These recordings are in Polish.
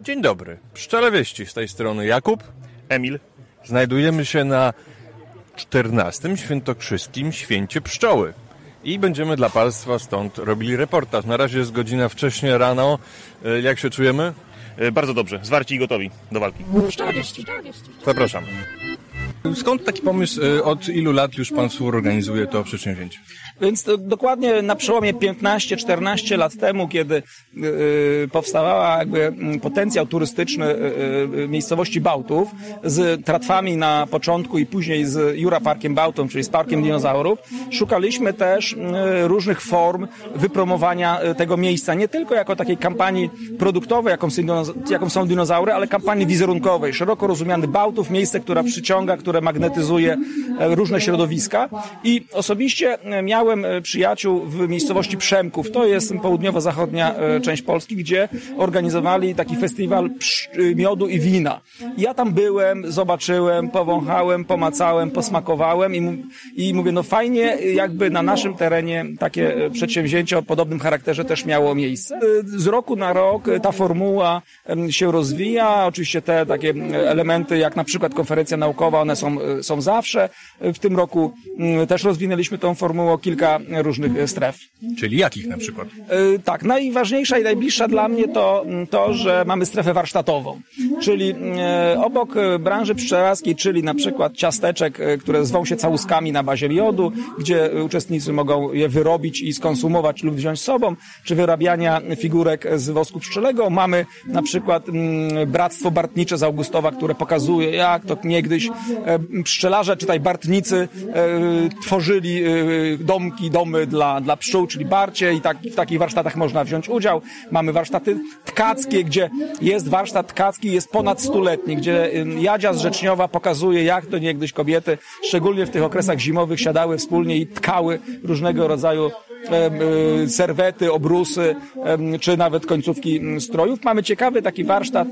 Dzień dobry. Pszczele Wieści, z tej strony Jakub. Emil. Znajdujemy się na 14. Świętokrzyskim Święcie Pszczoły. I będziemy dla Państwa stąd robili reportaż. Na razie jest godzina wcześnie rano. Jak się czujemy? Bardzo dobrze. Zwarci i gotowi do walki. Zapraszam. Skąd taki pomysł? Od ilu lat już Pan współorganizuje to przedsięwzięcie? Więc dokładnie na przełomie 15-14 lat temu, kiedy powstawała jakby potencjał turystyczny miejscowości Bałtów z tratwami na początku i później z Jura Parkiem Bałtą, czyli z Parkiem Dinozaurów, szukaliśmy też różnych form wypromowania tego miejsca, nie tylko jako takiej kampanii produktowej, jaką są dinozaury, ale kampanii wizerunkowej, szeroko rozumiany Bałtów, miejsce, które przyciąga, które magnetyzuje różne środowiska. I osobiście miałem przyjaciół w miejscowości Przemków, to jest południowo-zachodnia część Polski, gdzie organizowali taki festiwal miodu i wina. Ja tam byłem, zobaczyłem, powąchałem, pomacałem, posmakowałem i mówię, no fajnie, jakby na naszym terenie takie przedsięwzięcie o podobnym charakterze też miało miejsce. Z roku na rok ta formuła się rozwija, oczywiście te takie elementy jak na przykład konferencja naukowa, one są zawsze. W tym roku też rozwinęliśmy tą formułę o kilka różnych stref. Czyli jakich na przykład? Tak, najważniejsza i najbliższa dla mnie to, że mamy strefę warsztatową, czyli obok branży pszczelarskiej, czyli na przykład ciasteczek, które zwą się całuskami na bazie miodu, gdzie uczestnicy mogą je wyrobić i skonsumować lub wziąć z sobą, czy wyrabiania figurek z wosku pszczelego. Mamy na przykład Bractwo Bartnicze z Augustowa, które pokazuje, jak to niegdyś pszczelarze, czytaj bartnicy, tworzyli domy dla pszczół, czyli barcie, i w takich warsztatach można wziąć udział. Mamy warsztaty tkackie, gdzie jest warsztat tkacki, jest ponad 100-letni, gdzie Jadzia z Rzeczniowa pokazuje, jak to niegdyś kobiety, szczególnie w tych okresach zimowych, siadały wspólnie i tkały różnego rodzaju serwety, obrusy, czy nawet końcówki strojów. Mamy ciekawy taki warsztat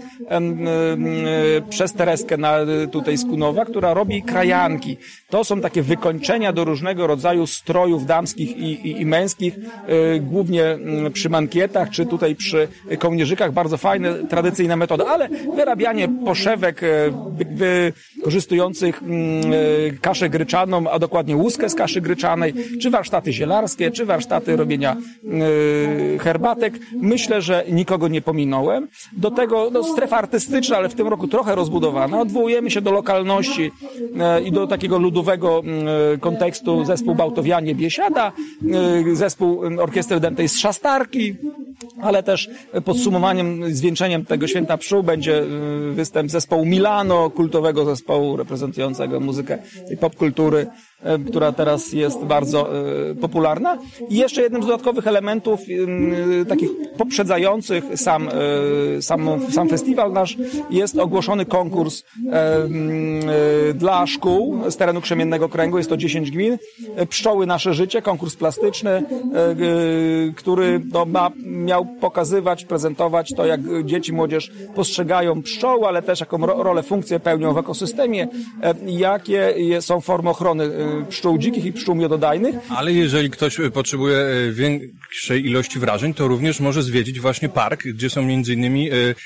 przez Tereskę tutaj z Kunowa, która robi krajanki. To są takie wykończenia do różnego rodzaju strojów damskich i męskich, głównie przy mankietach, czy tutaj przy kołnierzykach. Bardzo fajne, tradycyjna metoda, ale wyrabianie poszewek wykorzystujących kaszę gryczaną, a dokładnie łuskę z kaszy gryczanej, czy warsztaty zielarskie, czy warsztaty robienia herbatek. Myślę, że nikogo nie pominąłem. Do tego strefa artystyczna, ale w tym roku trochę rozbudowana. Odwołujemy się do lokalności i do takiego ludowego kontekstu. Zespół Bałtowianie Biesiada, zespół Orkiestry Dętej z Szastarki, ale też podsumowaniem, zwieńczeniem tego Święta Pszczół będzie występ zespołu Milano, kultowego zespołu reprezentującego muzykę tej popkultury, która teraz jest bardzo popularna. I jeszcze jednym z dodatkowych elementów takich poprzedzających sam festiwal nasz jest ogłoszony konkurs dla szkół z terenu Krzemiennego Kręgu. Jest to 10 gmin. Pszczoły Nasze Życie, konkurs plastyczny, który miał pokazywać, prezentować to, jak dzieci, młodzież postrzegają pszczoły, ale też jaką rolę, funkcję pełnią w ekosystemie, jakie są formy ochrony pszczół dzikich i pszczół miododajnych. Ale jeżeli ktoś potrzebuje większej ilości wrażeń, to również może zwiedzić właśnie park, gdzie są między innymi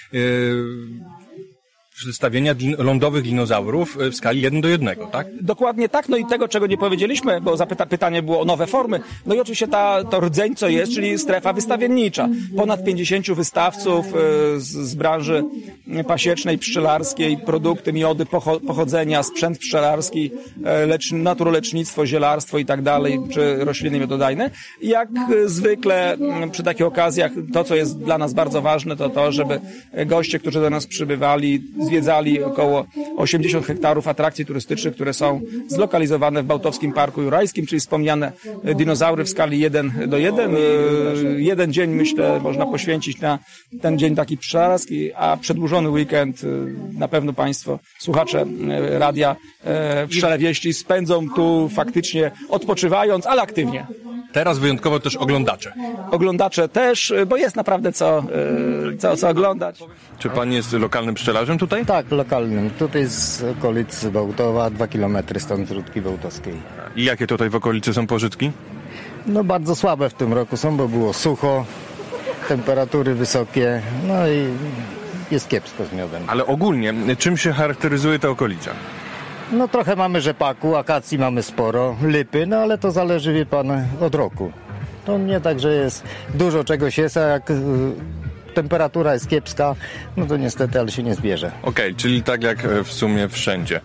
przedstawienia lądowych dinozaurów w skali 1:1, tak? Dokładnie tak, no i tego, czego nie powiedzieliśmy, bo pytanie było o nowe formy, no i oczywiście to rdzeń, co jest, czyli strefa wystawiennicza. Ponad 50 wystawców z branży pasiecznej, pszczelarskiej, produkty, miody pochodzenia, sprzęt pszczelarski, naturolecznictwo, zielarstwo i tak dalej, czy rośliny miododajne. Jak zwykle przy takich okazjach to, co jest dla nas bardzo ważne, to to, żeby goście, którzy do nas przybywali, zwiedzali około 80 hektarów atrakcji turystycznych, które są zlokalizowane w Bałtowskim Parku Jurajskim, czyli wspomniane dinozaury w skali 1:1. Jeden dzień, myślę, można poświęcić na ten dzień taki pszczelarski, a przedłużony weekend na pewno Państwo, słuchacze radia Pszczele Wieści, spędzą tu faktycznie odpoczywając, ale aktywnie. Teraz wyjątkowo też oglądacze. Oglądacze też, bo jest naprawdę co oglądać. Czy pan jest lokalnym pszczelarzem tutaj? Tak, lokalnym. Tutaj z okolicy Bełtowa, 2 kilometry stąd z Rudki Bełtowskiej. I jakie tutaj w okolicy są pożytki? No bardzo słabe w tym roku są, bo było sucho, temperatury wysokie, no i jest kiepsko z miodem. Ale ogólnie, czym się charakteryzuje ta okolica? No trochę mamy rzepaku, akacji mamy sporo, lipy, no ale to zależy, wie pan, od roku. To nie tak, że jest dużo czegoś jest, a jak temperatura jest kiepska, no to niestety, ale się nie zbierze. Okej, czyli tak jak w sumie wszędzie.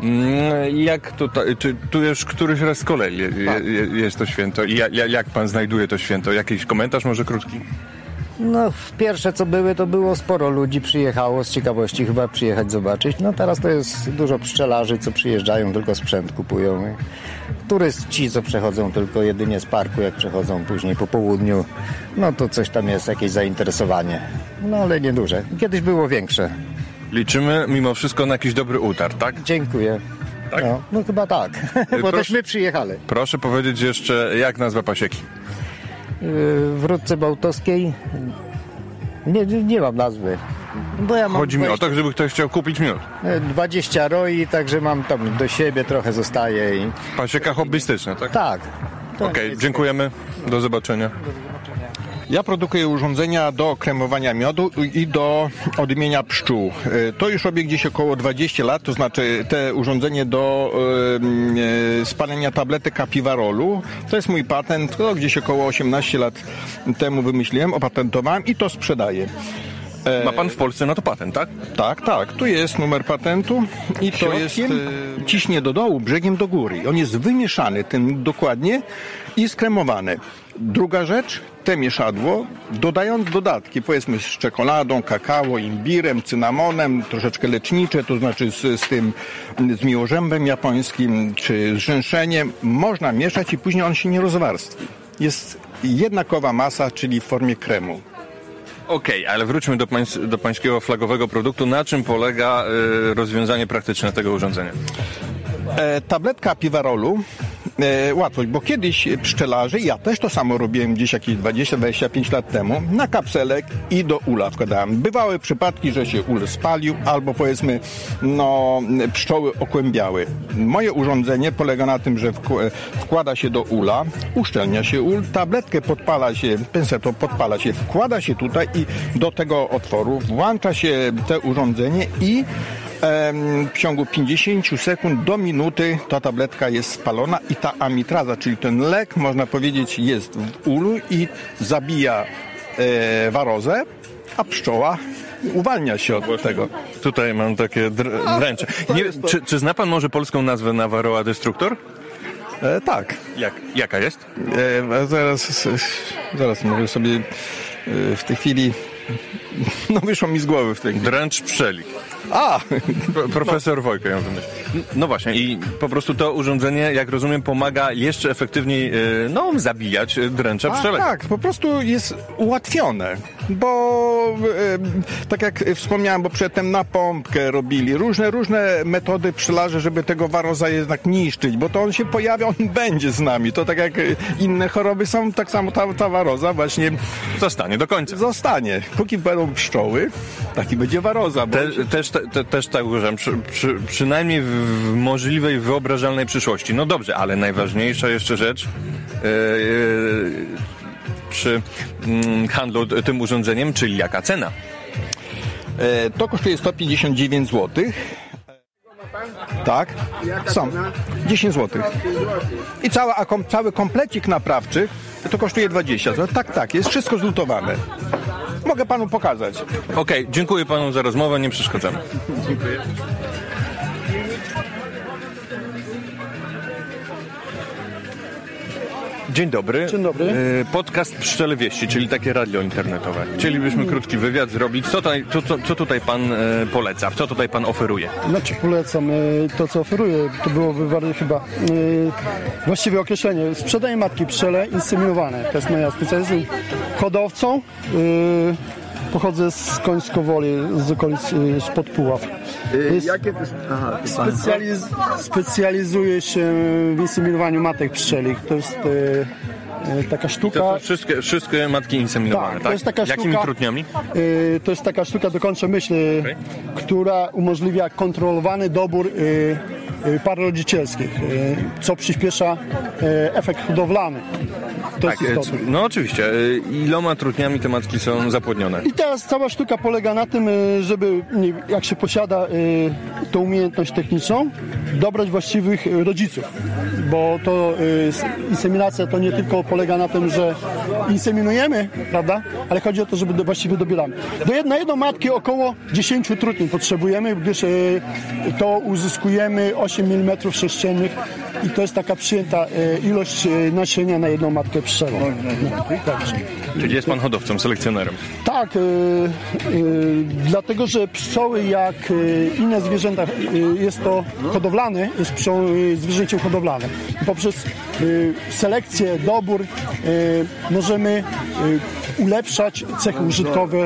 Jak tutaj, czy tu już któryś raz z kolei jest to święto? I jak pan znajduje to święto? Jakiś komentarz może krótki? No pierwsze co były, to było sporo ludzi przyjechało z ciekawości chyba przyjechać zobaczyć. No teraz to jest dużo pszczelarzy, co przyjeżdżają, tylko sprzęt kupują. Turyści, co przechodzą tylko jedynie z parku, jak przechodzą później po południu, no to coś tam jest, jakieś zainteresowanie. No ale nieduże. Kiedyś było większe. Liczymy mimo wszystko na jakiś dobry utarg, tak? Dziękuję. Tak? No chyba tak, bo teśmy przyjechali. Proszę powiedzieć jeszcze, jak nazwa pasieki? W Rudce Bałtowskiej nie mam nazwy. Bo ja mam Chodzi mi o to, gdyby ktoś chciał kupić miód. 20 roi, także mam tam do siebie, trochę zostaje i... Pasieka hobbystyczna, tak? Tak. Okej, dziękujemy. Do zobaczenia. Ja produkuję urządzenia do kremowania miodu i do odmienia pszczół. To już robię gdzieś około 20 lat, to znaczy te urządzenie do spalenia tabletek apiwarolu. To jest mój patent, to gdzieś około 18 lat temu wymyśliłem, opatentowałem i to sprzedaję. Ma pan w Polsce na to patent, tak? Tak. Tu jest numer patentu i to Środkiem? jest ciśnie do dołu, brzegiem do góry. On jest wymieszany tym dokładnie i skremowany. Druga rzecz, te mieszadło, dodając dodatki, powiedzmy z czekoladą, kakao, imbirem, cynamonem, troszeczkę lecznicze, to znaczy z miłożębem japońskim, czy z rzęszeniem, można mieszać i później on się nie rozwarstwi. Jest jednakowa masa, czyli w formie kremu. Okej, ale wróćmy do pańskiego flagowego produktu. Na czym polega rozwiązanie praktyczne tego urządzenia? Tabletka apiwarolu, łatwość, bo kiedyś pszczelarze, ja też to samo robiłem gdzieś jakieś 20-25 lat temu, na kapselek i do ula wkładałem. Bywały przypadki, że się ul spalił, albo powiedzmy, pszczoły okłębiały. Moje urządzenie polega na tym, że wkłada się do ula, uszczelnia się ul, tabletkę podpala się, penseto podpala się, wkłada się tutaj i do tego otworu włącza się te urządzenie i w ciągu 50 sekund do minuty ta tabletka jest spalona i ta amitraza, czyli ten lek, można powiedzieć, jest w ulu i zabija warozę, a pszczoła uwalnia się od tego. Tutaj mam takie dręcze. Czy zna pan może polską nazwę na Varroa Destructor? Tak. Jaka jest? Zaraz mogę sobie w tej chwili... wyszło mi z głowy w tej chwili. Dręcz pszczeli. A! Profesor Wojko ją wymyślił. No właśnie i po prostu to urządzenie, jak rozumiem, pomaga jeszcze efektywniej zabijać dręcze pszczelek. Tak, po prostu jest ułatwione, bo tak jak wspomniałem, bo przedtem na pompkę robili różne metody pszczelarze, żeby tego waroza jednak niszczyć, bo to on się pojawia, on będzie z nami. To tak jak inne choroby są, tak samo ta waroza właśnie Zostanie do końca. zostanie. Póki będą pszczoły, taki będzie waroza. Bo Też tak uważam, przynajmniej w możliwej, wyobrażalnej przyszłości. No dobrze, ale najważniejsza jeszcze rzecz przy handlu tym urządzeniem, czyli jaka cena? to kosztuje 159 zł. Tak, są. 10 zł. I cały komplecik naprawczy to kosztuje 20 zł. Tak, jest wszystko zlutowane. Mogę panu pokazać. Okej, dziękuję panu za rozmowę, nie przeszkadzamy. Dziękuję. Dzień dobry. Dzień dobry. Podcast Pszczele Wieści, czyli takie radio internetowe. Chcielibyśmy krótki wywiad zrobić. Co tutaj pan poleca? Co tutaj pan oferuje? Znaczy polecam to, co oferuję. To byłoby bardziej chyba właściwe określenie. Sprzedaję matki pszczele inseminowane. To jest moja specjalizacja. Hodowcą. Pochodzę z Końskowoli, z okolic spod Puław. Jakie to jest? Aha, Specjalizuję się w inseminowaniu matek pszczelich. To jest taka sztuka. To są wszystkie matki inseminowane, tak? To jest taka Jakimi sztuka, trudniami? To jest taka sztuka, dokończę myśl, która umożliwia kontrolowany dobór par rodzicielskich, co przyspiesza efekt hodowlany. To jest istotne. No oczywiście. Iloma trutniami te matki są zapłodnione? I teraz cała sztuka polega na tym, żeby jak się posiada tą umiejętność techniczną, dobrać właściwych rodziców, bo to inseminacja to nie tylko polega na tym, że inseminujemy, prawda, ale chodzi o to, żeby właściwie dobieramy. Na jedną matkę około 10 trutni potrzebujemy, gdyż to uzyskujemy 8 mm sześciennych i to jest taka przyjęta ilość nasienia na jedną matkę pszczelą. Czyli jest pan hodowcą, selekcjonerem? Tak, dlatego, że pszczoły jak inne zwierzęta jest to hodowlane, jest zwierzęciem hodowlanym. Poprzez selekcję, dobór możemy ulepszać cechy użytkowe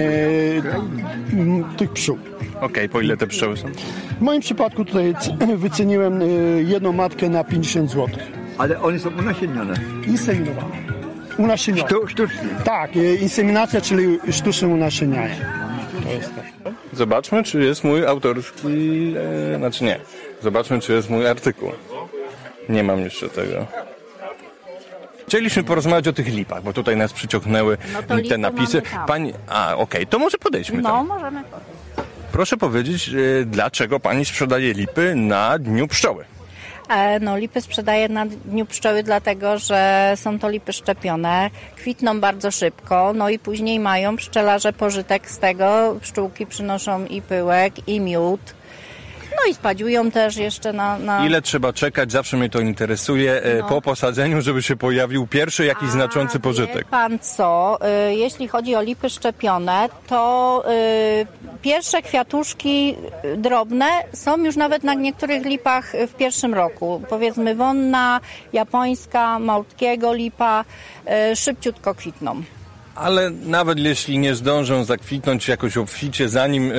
tych pszczół. Okej, po ile te pszczoły są? W moim przypadku tutaj wyceniłem jedną matkę na 50 zł. Ale one są unasiennione. Inseminowane. Unasiennione. Sztucznie. Tak, inseminacja, czyli sztuczne unasiennianie. To jest tak. Zobaczmy, czy jest mój autorski... Znaczy nie. Zobaczmy, czy jest mój artykuł. Nie mam jeszcze tego. Chcieliśmy porozmawiać o tych lipach, bo tutaj nas przyciągnęły te napisy. Pani... Okej, to może podejdźmy tam. No, możemy. Proszę powiedzieć, dlaczego pani sprzedaje lipy na Dniu Pszczoły? No, lipy sprzedaję na Dniu Pszczoły dlatego, że są to lipy szczepione, kwitną bardzo szybko, no i później mają pszczelarze pożytek z tego. Pszczółki przynoszą i pyłek, i miód. No i spadziują też jeszcze na... Ile trzeba czekać? Zawsze mnie to interesuje. Po posadzeniu, żeby się pojawił pierwszy jakiś znaczący pożytek. Wie pan co? Jeśli chodzi o lipy szczepione, to pierwsze kwiatuszki drobne są już nawet na niektórych lipach w pierwszym roku. Powiedzmy wonna, japońska, małtkiego lipa szybciutko kwitną. Ale nawet jeśli nie zdążą zakwitnąć jakoś obficie, zanim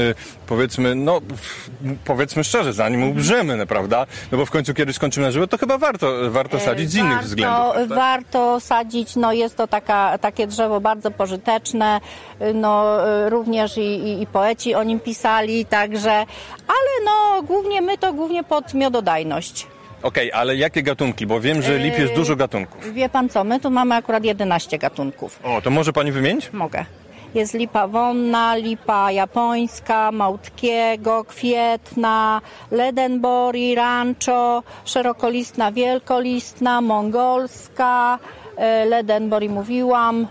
powiedzmy szczerze, zanim ubrzemy, prawda? No bo w końcu kiedyś skończymy na żywo, to chyba warto sadzić z innych względów. Tak? Warto sadzić, no jest to takie drzewo bardzo pożyteczne, no również i poeci o nim pisali, także, ale no głównie pod miododajność. Okej, ale jakie gatunki? Bo wiem, że lip jest dużo gatunków. Wie pan co, my tu mamy akurat 11 gatunków. O, to może pani wymienić? Mogę. Jest lipa wonna, lipa japońska, małtkiego, kwietna, ledenbori, rancho, szerokolistna, wielkolistna, mongolska, ledenbori mówiłam,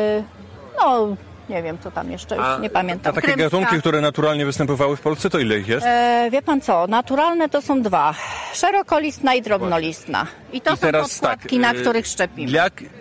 no nie wiem co tam jeszcze, już nie pamiętam. A takie gatunki, które naturalnie występowały w Polsce, to ile ich jest? Wie pan co, naturalne to są 2. Szerokolistna i drobnolistna. I to są podkładki, na których szczepimy.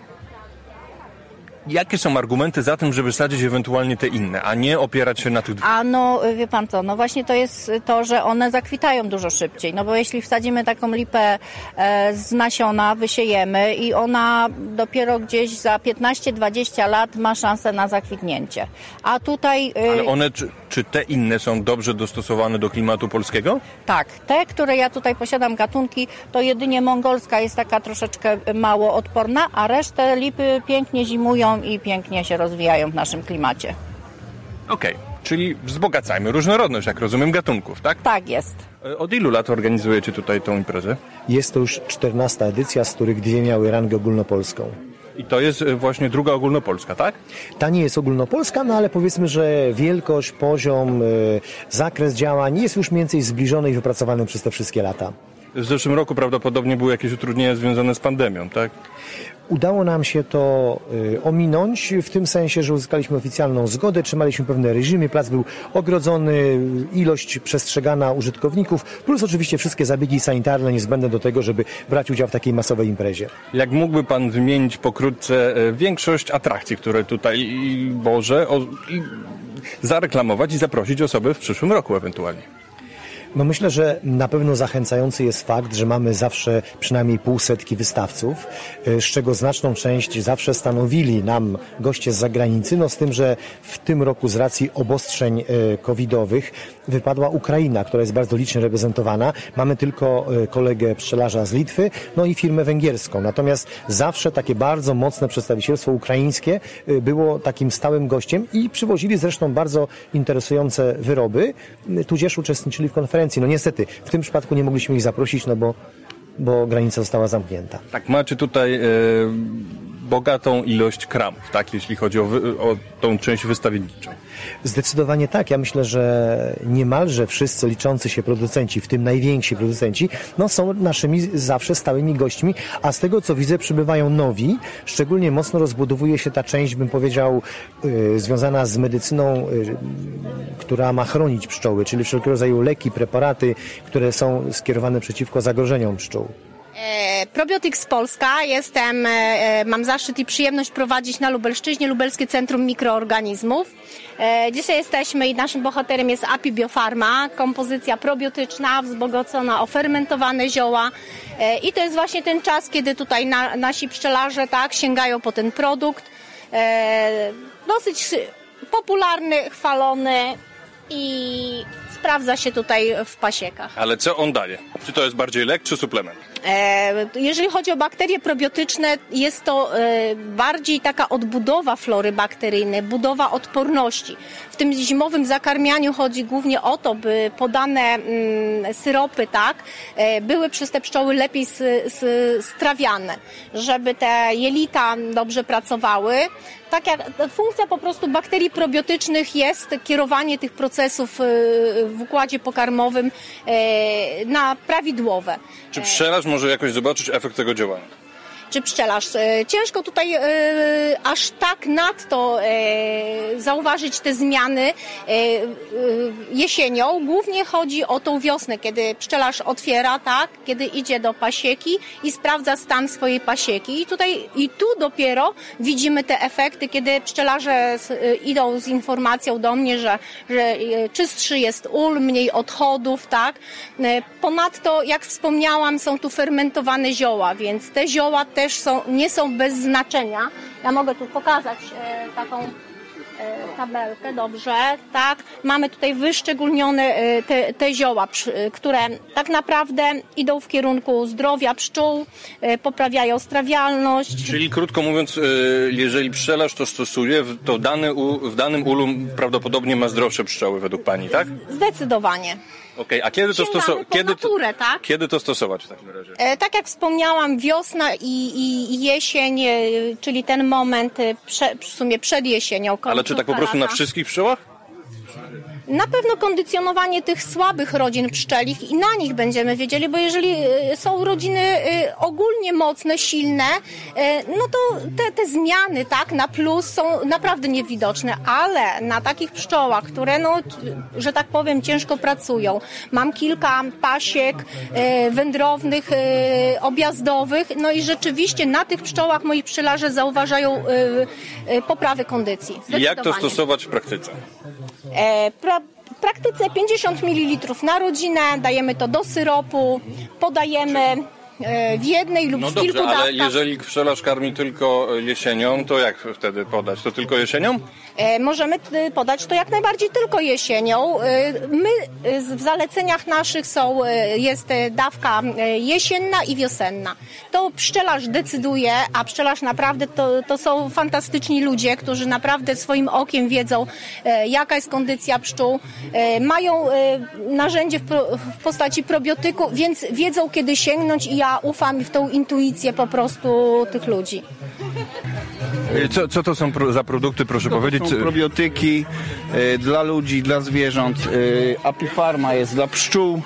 Jakie są argumenty za tym, żeby sadzić ewentualnie te inne, a nie opierać się na tych 2? Wie pan co, no właśnie to jest to, że one zakwitają dużo szybciej, no bo jeśli wsadzimy taką lipę z nasiona, wysiejemy i ona dopiero gdzieś za 15-20 lat ma szansę na zakwitnięcie. A tutaj... Ale one, czy te inne są dobrze dostosowane do klimatu polskiego? Tak, te, które ja tutaj posiadam, gatunki, to jedynie mongolska jest taka troszeczkę mało odporna, a resztę lipy pięknie zimują i pięknie się rozwijają w naszym klimacie. Okej, czyli wzbogacajmy różnorodność, jak rozumiem, gatunków, tak? Tak jest. Od ilu lat organizujecie tutaj tą imprezę? Jest to już 14. edycja, z których 2 miały rangę ogólnopolską. I to jest właśnie druga ogólnopolska, tak? Ta nie jest ogólnopolska, no ale powiedzmy, że wielkość, poziom, zakres działań jest już mniej więcej zbliżony i wypracowany przez te wszystkie lata. W zeszłym roku prawdopodobnie były jakieś utrudnienia związane z pandemią, tak? Udało nam się to ominąć w tym sensie, że uzyskaliśmy oficjalną zgodę, trzymaliśmy pewne reżimy, plac był ogrodzony, ilość przestrzegana użytkowników, plus oczywiście wszystkie zabiegi sanitarne niezbędne do tego, żeby brać udział w takiej masowej imprezie. Jak mógłby pan wymienić pokrótce większość atrakcji, które tutaj zareklamować i zaprosić osoby w przyszłym roku ewentualnie? No myślę, że na pewno zachęcający jest fakt, że mamy zawsze przynajmniej 500 wystawców, z czego znaczną część zawsze stanowili nam goście z zagranicy, no z tym, że w tym roku z racji obostrzeń covidowych wypadła Ukraina, która jest bardzo licznie reprezentowana. Mamy tylko kolegę pszczelarza z Litwy, no i firmę węgierską. Natomiast zawsze takie bardzo mocne przedstawicielstwo ukraińskie było takim stałym gościem i przywozili zresztą bardzo interesujące wyroby, tudzież uczestniczyli w konferencji. konferencji. No niestety, w tym przypadku nie mogliśmy ich zaprosić, no bo granica została zamknięta. Tak, macie tutaj bogatą ilość kramów, tak, jeśli chodzi o tą część wystawienniczą. Zdecydowanie tak. Ja myślę, że niemalże wszyscy liczący się producenci, w tym najwięksi producenci, no są naszymi zawsze stałymi gośćmi, a z tego co widzę przybywają nowi. Szczególnie mocno rozbudowuje się ta część, bym powiedział, związana z medycyną, która ma chronić pszczoły, czyli wszelkiego rodzaju leki, preparaty, które są skierowane przeciwko zagrożeniom pszczół. Probiotics Polska. Mam zaszczyt i przyjemność prowadzić na Lubelszczyźnie Lubelskie Centrum Mikroorganizmów. Dzisiaj jesteśmy i naszym bohaterem jest API Biofarma, kompozycja probiotyczna wzbogacona o fermentowane zioła. I to jest właśnie ten czas, kiedy tutaj nasi pszczelarze sięgają po ten produkt. Dosyć popularny, chwalony i sprawdza się tutaj w pasiekach. Ale co on daje? Czy to jest bardziej lek, czy suplement? Jeżeli chodzi o bakterie probiotyczne, jest to bardziej taka odbudowa flory bakteryjnej, budowa odporności. W tym zimowym zakarmianiu chodzi głównie o to, by podane syropy były przez te pszczoły lepiej strawiane, żeby te jelita dobrze pracowały. Tak jak funkcja po prostu bakterii probiotycznych jest kierowanie tych procesów w układzie pokarmowym na prawidłowe. Czy pszczelarz może jakoś zobaczyć efekt tego działania? Czy pszczelarz? Ciężko tutaj aż tak nadto zauważyć te zmiany jesienią. Głównie chodzi o tą wiosnę, kiedy pszczelarz otwiera, kiedy idzie do pasieki i sprawdza stan swojej pasieki. I tu dopiero widzimy te efekty, kiedy pszczelarze idą z informacją do mnie, że czystszy jest ul, mniej odchodów, Ponadto, jak wspomniałam, są tu fermentowane zioła, więc te zioła też nie są bez znaczenia. Ja mogę tu pokazać taką tabelkę, dobrze, Mamy tutaj wyszczególnione te zioła, które tak naprawdę idą w kierunku zdrowia pszczół, poprawiają strawialność. Czyli krótko mówiąc, jeżeli pszczelarz to stosuje, to w danym ulu prawdopodobnie ma zdrowsze pszczoły według Pani, tak? Zdecydowanie. Okej, a kiedy to stosować? Kiedy to stosować w takim razie? Tak jak wspomniałam, wiosna i jesień, czyli ten moment w sumie przed jesienią. Ale czy tak po prostu na wszystkich pszczołach? Na pewno kondycjonowanie tych słabych rodzin pszczelich i na nich będziemy wiedzieli, bo jeżeli są rodziny ogólnie mocne, silne, no to te zmiany na plus są naprawdę niewidoczne, ale na takich pszczołach, które że tak powiem ciężko pracują, mam kilka pasiek wędrownych, objazdowych, i rzeczywiście na tych pszczołach moi pszczelarze zauważają poprawę kondycji. I jak to stosować w praktyce? W praktyce 50 ml na rodzinę, dajemy to do syropu, podajemy w jednej lub w kilku dawkach. Ale jeżeli pszczelarz karmi tylko jesienią, to jak wtedy podać? To tylko jesienią? Możemy podać to jak najbardziej tylko jesienią. W zaleceniach naszych jest dawka jesienna i wiosenna. To pszczelarz decyduje, a pszczelarz naprawdę to są fantastyczni ludzie, którzy naprawdę swoim okiem wiedzą, jaka jest kondycja pszczół. Mają narzędzie w postaci probiotyku, więc wiedzą, kiedy sięgnąć i ja ufam w tą intuicję po prostu tych ludzi. Co to są za produkty, proszę powiedzieć? To są probiotyki dla ludzi, dla zwierząt. Apifarma jest dla pszczół.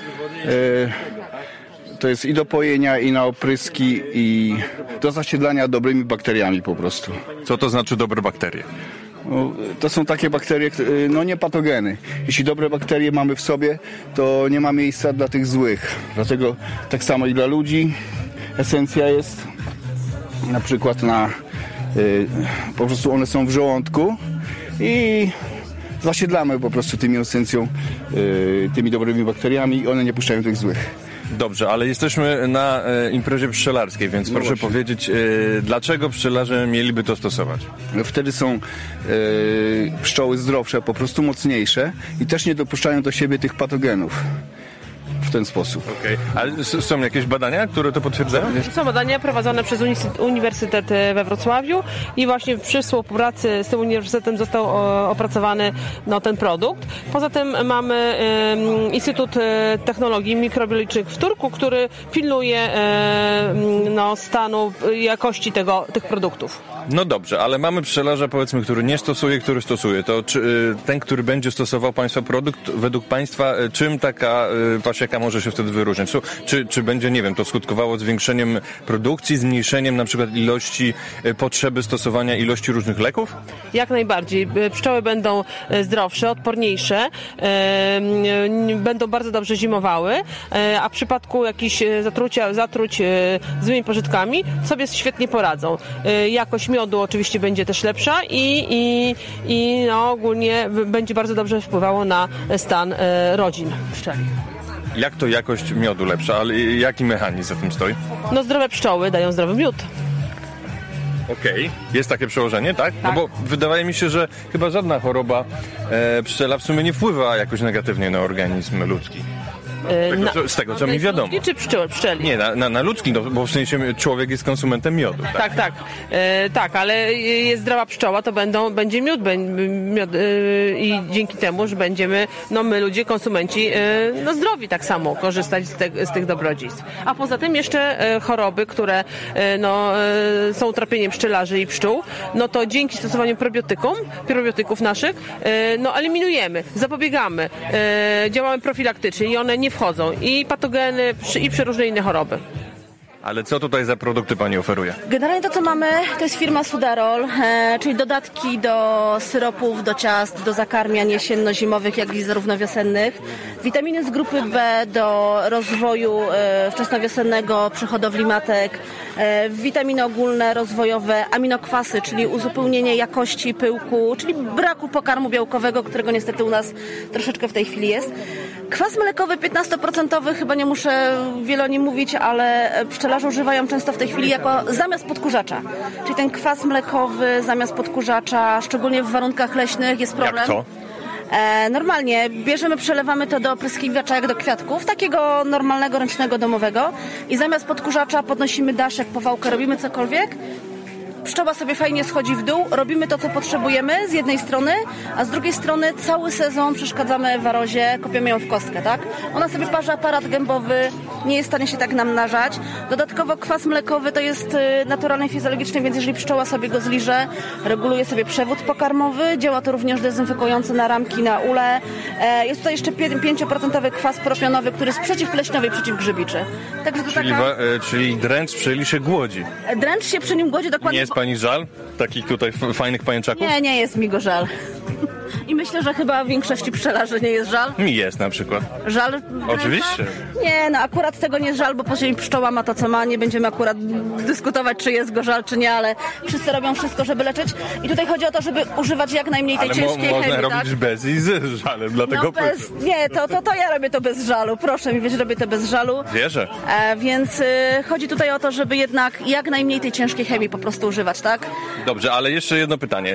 To jest i do pojenia, i na opryski, i do zasiedlania dobrymi bakteriami po prostu. Co to znaczy dobre bakterie? To są takie bakterie, nie patogeny. Jeśli dobre bakterie mamy w sobie, to nie ma miejsca dla tych złych. Dlatego tak samo i dla ludzi esencja jest na przykład po prostu one są w żołądku i zasiedlamy po prostu tymi esencją, tymi dobrymi bakteriami i one nie puszczają tych złych. Dobrze, ale jesteśmy na imprezie pszczelarskiej, więc proszę powiedzieć, dlaczego pszczelarze mieliby to stosować? Wtedy są pszczoły zdrowsze, po prostu mocniejsze i też nie dopuszczają do siebie tych patogenów. w ten sposób. Okej. Ale są jakieś badania, które to potwierdzają? Są badania prowadzone przez Uniwersytet we Wrocławiu i właśnie przy współpracy z tym uniwersytetem został opracowany ten produkt. Poza tym mamy Instytut Technologii Mikrobiologicznych w Turku, który pilnuje stanu jakości tych produktów. No dobrze, ale mamy pszczelarza, powiedzmy, który nie stosuje, który stosuje. To czy ten, który będzie stosował Państwa produkt, według Państwa, czym taka pasieka może się wtedy wyróżniać? Czy będzie, nie wiem, to skutkowało zwiększeniem produkcji, zmniejszeniem na przykład ilości potrzeby stosowania ilości różnych leków? Jak najbardziej. Pszczoły będą zdrowsze, odporniejsze, będą bardzo dobrze zimowały, a w przypadku jakichś zatruć złymi pożytkami sobie świetnie poradzą. Jakość miodu oczywiście będzie też lepsza i ogólnie będzie bardzo dobrze wpływało na stan rodzin pszczeli. Jak to jakość miodu lepsza? Ale jaki mechanizm za tym stoi? Zdrowe pszczoły dają zdrowy miód. Okej. Jest takie przełożenie, tak? No bo wydaje mi się, że chyba żadna choroba pszczela w sumie nie wpływa jakoś negatywnie na organizm ludzki. Z tego, co mi wiadomo. Ludzki czy pszczeli? Nie, na ludzki, bo w sensie człowiek jest konsumentem miodu. Tak, ale jest zdrowa pszczoła, to będzie miód i dzięki temu, że będziemy, my ludzie, konsumenci, zdrowi tak samo korzystać z tych dobrodziejstw. A poza tym jeszcze choroby, które są utrapieniem pszczelarzy i pszczół, to dzięki stosowaniu probiotyków naszych, eliminujemy, zapobiegamy, działamy profilaktycznie i one nie wchodzą i patogeny i przeróżne inne choroby. Ale co tutaj za produkty Pani oferuje? Generalnie to, co mamy, to jest firma Sudarol, czyli dodatki do syropów, do ciast, do zakarmiań jesienno-zimowych, jak i zarówno wiosennych. Witaminy z grupy B do rozwoju wczesnowiosennego przy hodowli matek. Witaminy ogólne, rozwojowe, aminokwasy, czyli uzupełnienie jakości pyłku, czyli braku pokarmu białkowego, którego niestety u nas troszeczkę w tej chwili jest. Kwas mlekowy 15%, chyba nie muszę wiele o nim mówić, ale pszczelarze używają często w tej chwili jako zamiast podkurzacza. Czyli ten kwas mlekowy zamiast podkurzacza, szczególnie w warunkach leśnych, jest problem. Jak to? Normalnie bierzemy, przelewamy to do opryskiwacza jak do kwiatków, takiego normalnego, ręcznego, domowego i zamiast podkurzacza podnosimy daszek, powałkę, robimy cokolwiek. Pszczoła sobie fajnie schodzi w dół, robimy to, co potrzebujemy z jednej strony, a z drugiej strony cały sezon przeszkadzamy warozie, kopiemy ją w kostkę, tak? Ona sobie parzy aparat gębowy, nie jest w stanie się tak namnażać. Dodatkowo kwas mlekowy to jest naturalny, fizjologiczny, więc jeżeli pszczoła sobie go zliże, reguluje sobie przewód pokarmowy, działa to również dezynfekująco na ramki, na ule. Jest tutaj jeszcze 5% kwas propionowy, który jest przeciwpleśniowy i przeciwgrzybiczy. Także to czyli dręcz pszczeli się głodzi. Dręcz się przy nim głodzi, dokładnie. Nie jest Pani żal takich tutaj fajnych pajęczaków? Nie jest mi go żal. I myślę, że chyba większości pszczelarzy nie jest żal. Mi jest na przykład. Żal? Oczywiście. Nie, akurat tego nie jest żal, bo później pszczoła ma to, co ma. Nie będziemy akurat dyskutować, czy jest go żal, czy nie, ale wszyscy robią wszystko, żeby leczyć. I tutaj chodzi o to, żeby używać jak najmniej tej ciężkiej chemii. Ale można robić bez i z żalem, dlatego... Nie, to ja robię to bez żalu. Proszę mi wierzyć, robię to bez żalu. Wierzę. Więc chodzi tutaj o to, żeby jednak jak najmniej tej ciężkiej chemii po prostu używać, tak? Dobrze, ale jeszcze jedno pytanie.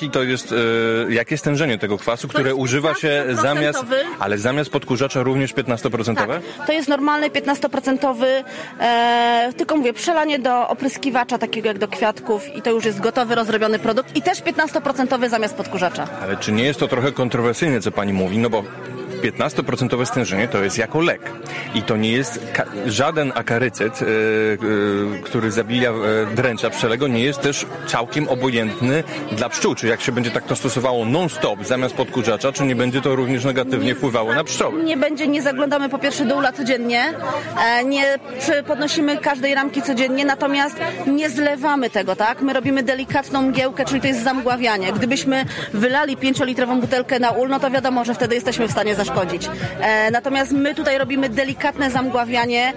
Jakie stężenie tego kwasu, które używa się zamiast podkurzacza również 15%? Tak, to jest normalny 15%, tylko mówię, przelanie do opryskiwacza takiego jak do kwiatków i to już jest gotowy, rozrobiony produkt i też 15% zamiast podkurzacza. Ale czy nie jest to trochę kontrowersyjne, co Pani mówi? No bo 15% stężenie to jest jako lek. I to nie jest żaden akarycyd, który zabija dręcza pszczelego, nie jest też całkiem obojętny dla pszczół. Czy jak się będzie tak to stosowało non-stop zamiast podkurzacza, czy nie będzie to również negatywnie wpływało na pszczoły? Nie zaglądamy po pierwsze do ula codziennie, nie podnosimy każdej ramki codziennie, natomiast nie zlewamy tego, tak? My robimy delikatną mgiełkę, czyli to jest zamgławianie. Gdybyśmy wylali 5-litrową butelkę na ul, no to wiadomo, że wtedy jesteśmy w stanie zaszkodzić. Natomiast my tutaj robimy delikatne zamgławianie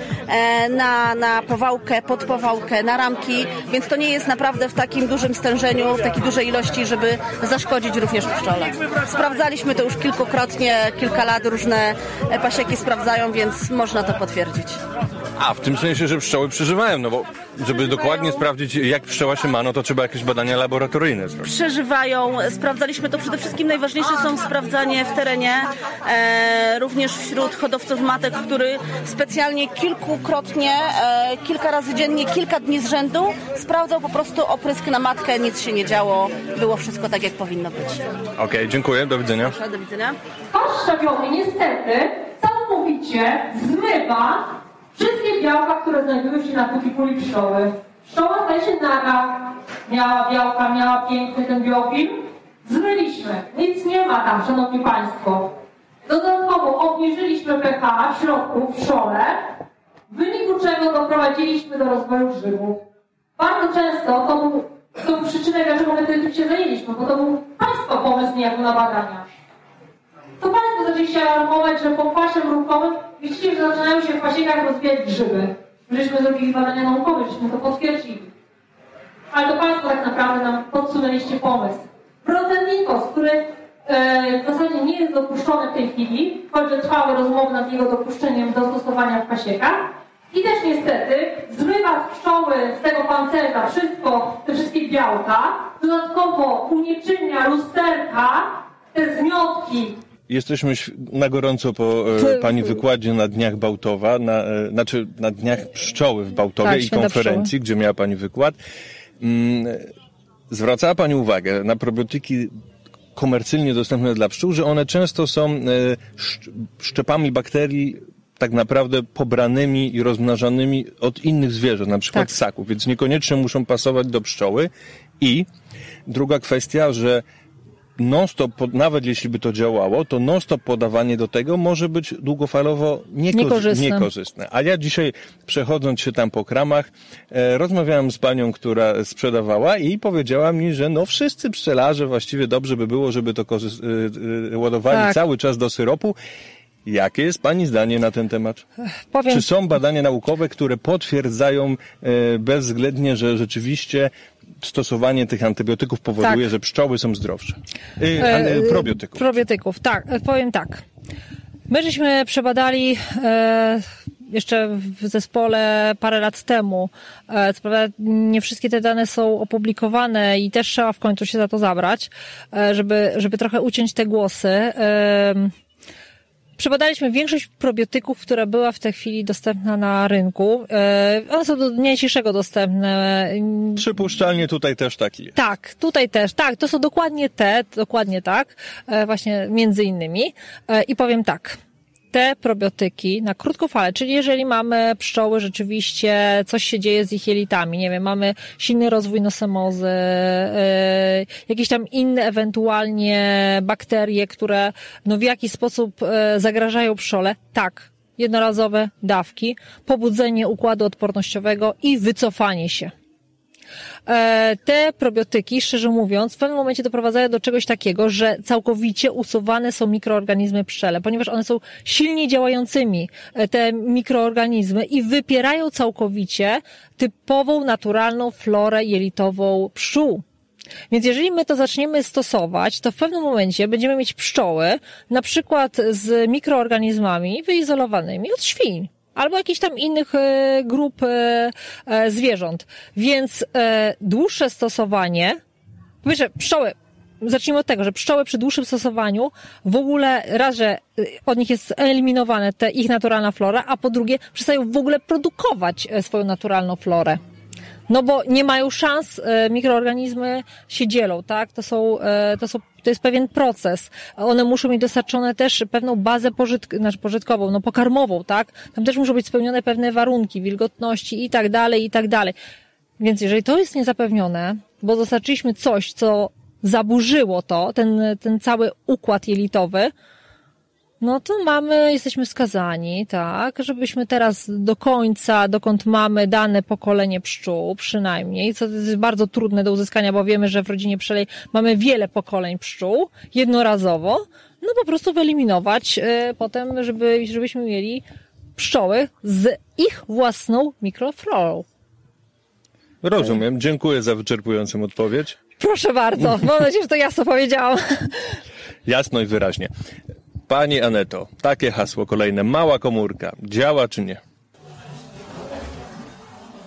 na powałkę, podpowałkę, na ramki, więc to nie jest naprawdę w takim dużym stężeniu, w takiej dużej ilości, żeby zaszkodzić również pszczole. Sprawdzaliśmy to już kilkukrotnie, kilka lat różne pasieki sprawdzają, więc można to potwierdzić. A, w tym sensie, że pszczoły przeżywają, no bo żeby dokładnie sprawdzić, jak pszczoła się ma, no to trzeba jakieś badania laboratoryjne zrobić. Przeżywają, sprawdzaliśmy to przede wszystkim, najważniejsze są sprawdzanie w terenie, również wśród hodowców matek, który specjalnie kilkukrotnie, kilka razy dziennie, kilka dni z rzędu sprawdzał po prostu oprysk na matkę, nic się nie działo, było wszystko tak, jak powinno być. Okej, dziękuję, do widzenia. Proszę, do widzenia. Kosz szczepionki niestety całkowicie zmywa wszystkie białka, które znajdują się na puli pszczoły. Pszczoła staje się naga, miała białka, miała piękny ten biofilm. Zmyliśmy. Nic nie ma tam, szanowni państwo. Dodatkowo obniżyliśmy pH w środku, w szole, w wyniku czego doprowadziliśmy do rozwoju grzybów. Bardzo często to był przyczynę, dlaczego my tym się zajęliśmy, bo to był państwa pomysł niejako na badania. To państwo zaczęli się alarmować, że po pasie mrówkowym widzicie, że zaczynają się w pasiekach rozwijać grzyby. Żeśmy zrobili badania naukowe, żeśmy to potwierdzili. Ale to państwo tak naprawdę nam podsunęliście pomysł. Protenikos, który w zasadzie nie jest dopuszczony w tej chwili, choć trwały rozmowy nad jego dopuszczeniem do stosowania w pasiekach. I też niestety zmywa z pszczoły, z tego pancerka wszystko, te wszystkie białka. Dodatkowo unieczynnia lusterka, te zmiotki. Jesteśmy na gorąco po pani wykładzie na Dniach Bałtowa, na Dniach Pszczoły w Bałtowie tak, i konferencji, pszczoły, gdzie miała pani wykład. Zwracała pani uwagę na probiotyki komercyjnie dostępne dla pszczół, że one często są szczepami bakterii tak naprawdę pobranymi i rozmnażanymi od innych zwierząt, na przykład ssaków, więc niekoniecznie muszą pasować do pszczoły. I druga kwestia, że non-stop, nawet jeśli by to działało, to non-stop podawanie do tego może być długofalowo niekorzystne. A ja dzisiaj, przechodząc się tam po kramach, rozmawiałem z panią, która sprzedawała i powiedziała mi, że no wszyscy pszczelarze właściwie dobrze by było, żeby to ładowali cały czas do syropu. Jakie jest pani zdanie na ten temat? Czy są badania naukowe, które potwierdzają bezwzględnie, że rzeczywiście stosowanie tych antybiotyków powoduje, że pszczoły są zdrowsze? Probiotyków. Probiotyków, tak. Powiem tak. My żeśmy przebadali jeszcze w zespole parę lat temu. Co prawda nie wszystkie te dane są opublikowane i też trzeba w końcu się za to zabrać, żeby trochę uciąć te głosy. Przebadaliśmy większość probiotyków, która była w tej chwili dostępna na rynku. One są do dnia dzisiejszego dostępne. Przypuszczalnie tutaj też taki jest. Tak, tutaj też. Tak, to są dokładnie tak. Właśnie między innymi. I powiem tak. Te probiotyki na krótką falę, czyli jeżeli mamy pszczoły, rzeczywiście coś się dzieje z ich jelitami, nie wiem, mamy silny rozwój nosemozy, jakieś tam inne ewentualnie bakterie, które w jakiś sposób zagrażają pszczole, tak, jednorazowe dawki, pobudzenie układu odpornościowego i wycofanie się. Te probiotyki, szczerze mówiąc, w pewnym momencie doprowadzają do czegoś takiego, że całkowicie usuwane są mikroorganizmy pszczele, ponieważ one są silnie działającymi, te mikroorganizmy, i wypierają całkowicie typową, naturalną florę jelitową pszczół. Więc jeżeli my to zaczniemy stosować, to w pewnym momencie będziemy mieć pszczoły, na przykład z mikroorganizmami wyizolowanymi od świń albo jakichś tam innych grup zwierząt. Więc dłuższe stosowanie, po pierwsze pszczoły, zacznijmy od tego, że pszczoły przy dłuższym stosowaniu w ogóle raz, że od nich jest eliminowane ich naturalna flora, a po drugie przestają w ogóle produkować swoją naturalną florę. No bo nie mają szans, mikroorganizmy się dzielą, tak? To jest pewien proces. One muszą mieć dostarczone też pewną bazę pożytkową, pokarmową, tak? Tam też muszą być spełnione pewne warunki wilgotności i tak dalej. Więc jeżeli to jest niezapewnione, bo dostarczyliśmy coś, co zaburzyło ten cały układ jelitowy, no to jesteśmy skazani, tak, żebyśmy teraz do końca, dokąd mamy dane pokolenie pszczół przynajmniej, co jest bardzo trudne do uzyskania, bo wiemy, że w rodzinie pszczelej mamy wiele pokoleń pszczół jednorazowo, po prostu wyeliminować potem, żebyśmy mieli pszczoły z ich własną mikroflorą. Rozumiem, dziękuję za wyczerpującą odpowiedź. Proszę bardzo, mam nadzieję, że to jasno powiedziałam. Jasno i wyraźnie. Pani Aneto, takie hasło kolejne, mała komórka, działa czy nie?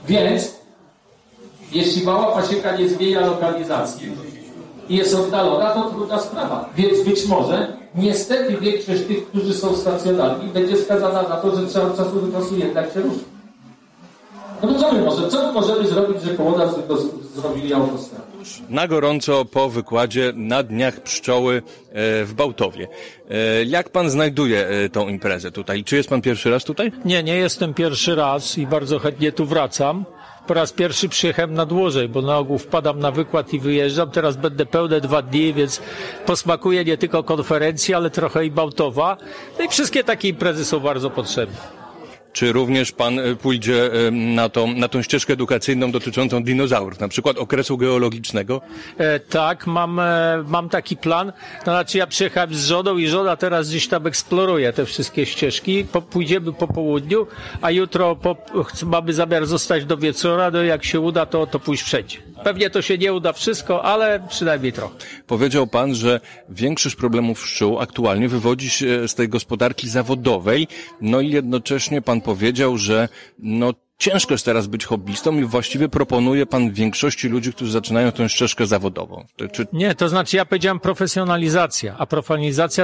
Więc jeśli mała pasieka nie zmienia lokalizacji i jest oddalona, to trudna sprawa. Więc być może niestety większość tych, którzy są stacjonarni, będzie skazana na to, że trzeba od czasu do czasu jednak się ruszyć. No to co my możemy zrobić, że koło nas zrobili autostradę? Na gorąco po wykładzie na Dniach Pszczoły w Bałtowie. Jak pan znajduje tą imprezę tutaj? Czy jest pan pierwszy raz tutaj? Nie jestem pierwszy raz i bardzo chętnie tu wracam. Po raz pierwszy przyjechałem na dłużej, bo na ogół wpadam na wykład i wyjeżdżam. Teraz będę pełne 2 dni, więc posmakuję nie tylko konferencji, ale trochę i Bałtowa. No i wszystkie takie imprezy są bardzo potrzebne. Czy również pan pójdzie na tą ścieżkę edukacyjną dotyczącą dinozaurów, na przykład okresu geologicznego? Tak, mam taki plan. To znaczy ja przyjechałem z żoną i żona teraz gdzieś tam eksploruje te wszystkie ścieżki. Pójdziemy po południu, a jutro mamy zamiar zostać do wieczora, no jak się uda, to pójść wszędzie. Pewnie to się nie uda wszystko, ale przynajmniej trochę. Powiedział pan, że większość problemów pszczół aktualnie wywodzi się z tej gospodarki zawodowej, no i jednocześnie pan powiedział, że ciężko jest teraz być hobbystą i właściwie proponuje pan większości ludzi, którzy zaczynają tę ścieżkę zawodową. Nie, to znaczy ja powiedziałem profesjonalizacja, a profesjonalizacja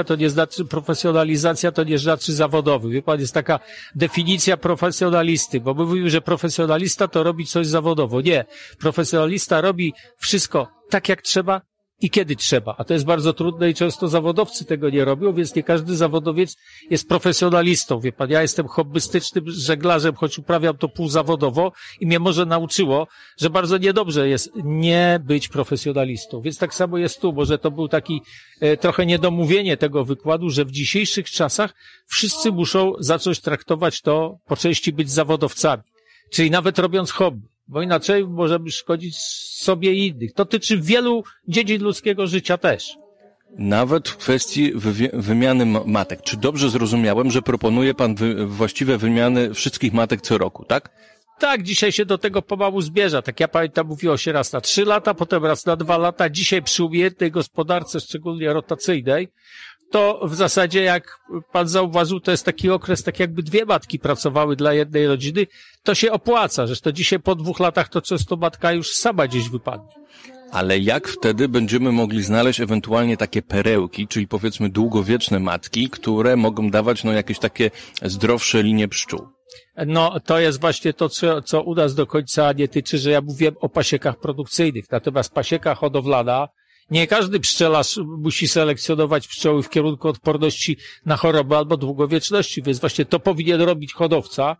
to nie znaczy zawodowy. Wie pan, jest taka definicja profesjonalisty, bo mówił, że profesjonalista to robi coś zawodowo. Nie, profesjonalista robi wszystko tak jak trzeba i kiedy trzeba, a to jest bardzo trudne i często zawodowcy tego nie robią, więc nie każdy zawodowiec jest profesjonalistą. Wie pan, ja jestem hobbystycznym żeglarzem, choć uprawiam to półzawodowo i mnie może nauczyło, że bardzo niedobrze jest nie być profesjonalistą. Więc tak samo jest tu, może to był taki trochę niedomówienie tego wykładu, że w dzisiejszych czasach wszyscy muszą zacząć traktować to po części być zawodowcami, czyli nawet robiąc hobby. Bo inaczej możemy szkodzić sobie i innych. To dotyczy wielu dziedzin ludzkiego życia też. Nawet w kwestii wymiany matek. Czy dobrze zrozumiałem, że proponuje pan właściwe wymiany wszystkich matek co roku, tak? Tak, dzisiaj się do tego pomału zbierza. Tak ja pamiętam, mówiło się raz na 3 lata, potem raz na 2 lata. Dzisiaj przy umiejętnej gospodarce, szczególnie rotacyjnej, to w zasadzie, jak pan zauważył, to jest taki okres, tak jakby 2 matki pracowały dla jednej rodziny. To się opłaca, zresztą dzisiaj po 2 latach to często matka już sama gdzieś wypadnie. Ale jak wtedy będziemy mogli znaleźć ewentualnie takie perełki, czyli powiedzmy długowieczne matki, które mogą dawać jakieś takie zdrowsze linie pszczół? To jest właśnie to, co u nas do końca nie tyczy, że ja mówiłem o pasiekach produkcyjnych. Natomiast pasieka hodowlana, nie każdy pszczelarz musi selekcjonować pszczoły w kierunku odporności na choroby albo długowieczności, więc właśnie to powinien robić hodowca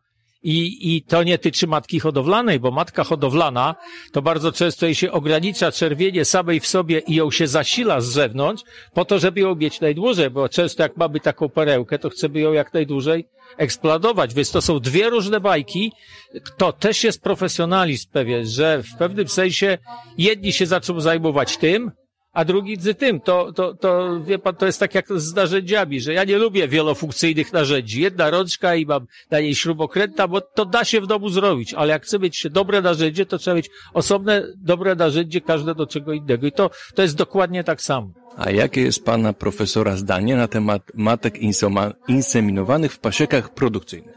i to nie tyczy matki hodowlanej, bo matka hodowlana to bardzo często jej się ogranicza czerwienie samej w sobie i ją się zasila z zewnątrz po to, żeby ją mieć najdłużej, bo często jak mamy taką perełkę, to chcemy ją jak najdłużej eksploatować, więc to są 2 różne bajki. To też jest profesjonalizm pewien, że w pewnym sensie jedni się zaczną zajmować tym, a drudzy tym. To wie pan, to jest tak jak z narzędziami, że ja nie lubię wielofunkcyjnych narzędzi. Jedna rączka i mam na niej śrubokręta, bo to da się w domu zrobić, ale jak chce mieć dobre narzędzie, to trzeba mieć osobne, dobre narzędzie, każde do czego innego. I to jest dokładnie tak samo. A jakie jest pana profesora zdanie na temat matek inseminowanych w pasiekach produkcyjnych?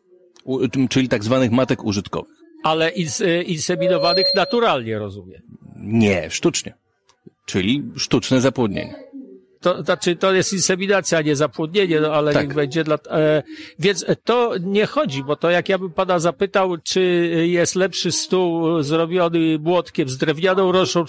Czyli tak zwanych matek użytkowych. Ale inseminowanych naturalnie, rozumiem. Nie, sztucznie. Czyli sztuczne zapłodnienie. To znaczy, to jest inseminacja, a nie zapłodnienie, ale tak. Niech będzie więc to nie chodzi, bo to jak ja bym pana zapytał, czy jest lepszy stół zrobiony młotkiem z drewnianą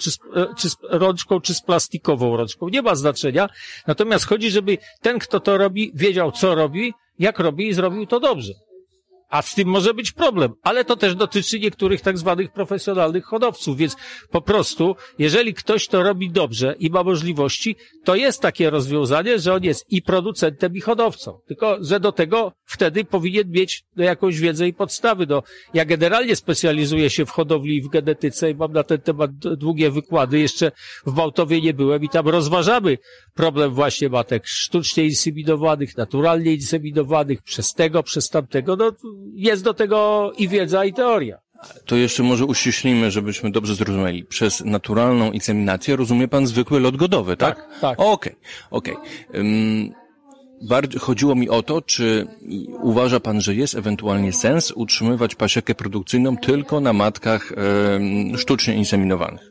rączką, czy z plastikową rączką. Nie ma znaczenia. Natomiast chodzi, żeby ten, kto to robi, wiedział, co robi, jak robi i zrobił to dobrze. A z tym może być problem, ale to też dotyczy niektórych tak zwanych profesjonalnych hodowców, więc po prostu, jeżeli ktoś to robi dobrze i ma możliwości, to jest takie rozwiązanie, że on jest i producentem, i hodowcą. Tylko, że do tego wtedy powinien mieć jakąś wiedzę i podstawy. Ja generalnie specjalizuję się w hodowli i w genetyce i mam na ten temat długie wykłady. Jeszcze w Bałtowie nie byłem i tam rozważamy problem właśnie matek sztucznie inseminowanych, naturalnie inseminowanych, przez tego, przez tamtego. Jest do tego i wiedza, i teoria. To jeszcze może uściślimy, żebyśmy dobrze zrozumieli. Przez naturalną inseminację rozumie pan zwykły lot godowy, tak? Tak. Okej. chodziło mi o to, czy uważa pan, że jest ewentualnie sens utrzymywać pasiekę produkcyjną tylko na matkach sztucznie inseminowanych?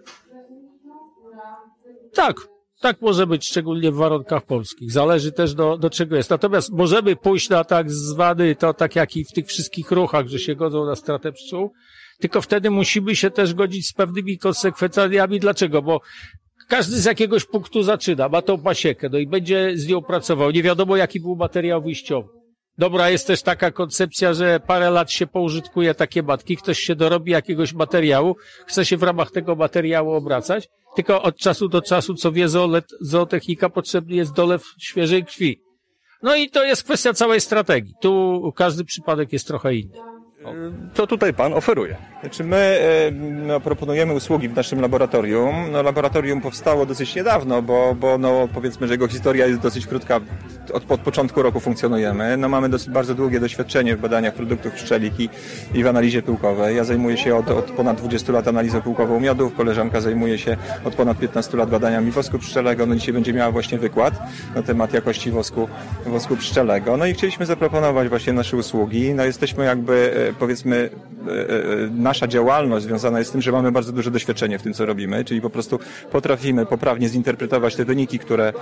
Tak może być, szczególnie w warunkach polskich. Zależy też do czego jest. Natomiast możemy pójść na tak zwany, to tak jak i w tych wszystkich ruchach, że się godzą na stratę pszczół, tylko wtedy musimy się też godzić z pewnymi konsekwencjami. Dlaczego? Bo każdy z jakiegoś punktu zaczyna, ma tą pasiekę, no i będzie z nią pracował. Nie wiadomo, jaki był materiał wyjściowy. Dobra, jest też taka koncepcja, że parę lat się poużytkuje takie matki, ktoś się dorobi jakiegoś materiału, chce się w ramach tego materiału obracać, tylko od czasu do czasu, co wie zootechnika, potrzebny jest dolew świeżej krwi. No i to jest kwestia całej strategii. Tu każdy przypadek jest trochę inny. Co tutaj pan oferuje? Znaczy my proponujemy usługi w naszym laboratorium. Laboratorium powstało dosyć niedawno, bo powiedzmy, że jego historia jest dosyć krótka. Od początku roku funkcjonujemy. Mamy bardzo długie doświadczenie w badaniach produktów pszczelich i w analizie pyłkowej. Ja zajmuję się od ponad 20 lat analizą pyłkową miodów. Koleżanka zajmuje się od ponad 15 lat badaniami wosku pszczelego. Dzisiaj będzie miała właśnie wykład na temat jakości wosku pszczelego. I chcieliśmy zaproponować właśnie nasze usługi. Jesteśmy powiedzmy, nasza działalność związana jest z tym, że mamy bardzo duże doświadczenie w tym, co robimy, czyli po prostu potrafimy poprawnie zinterpretować te wyniki,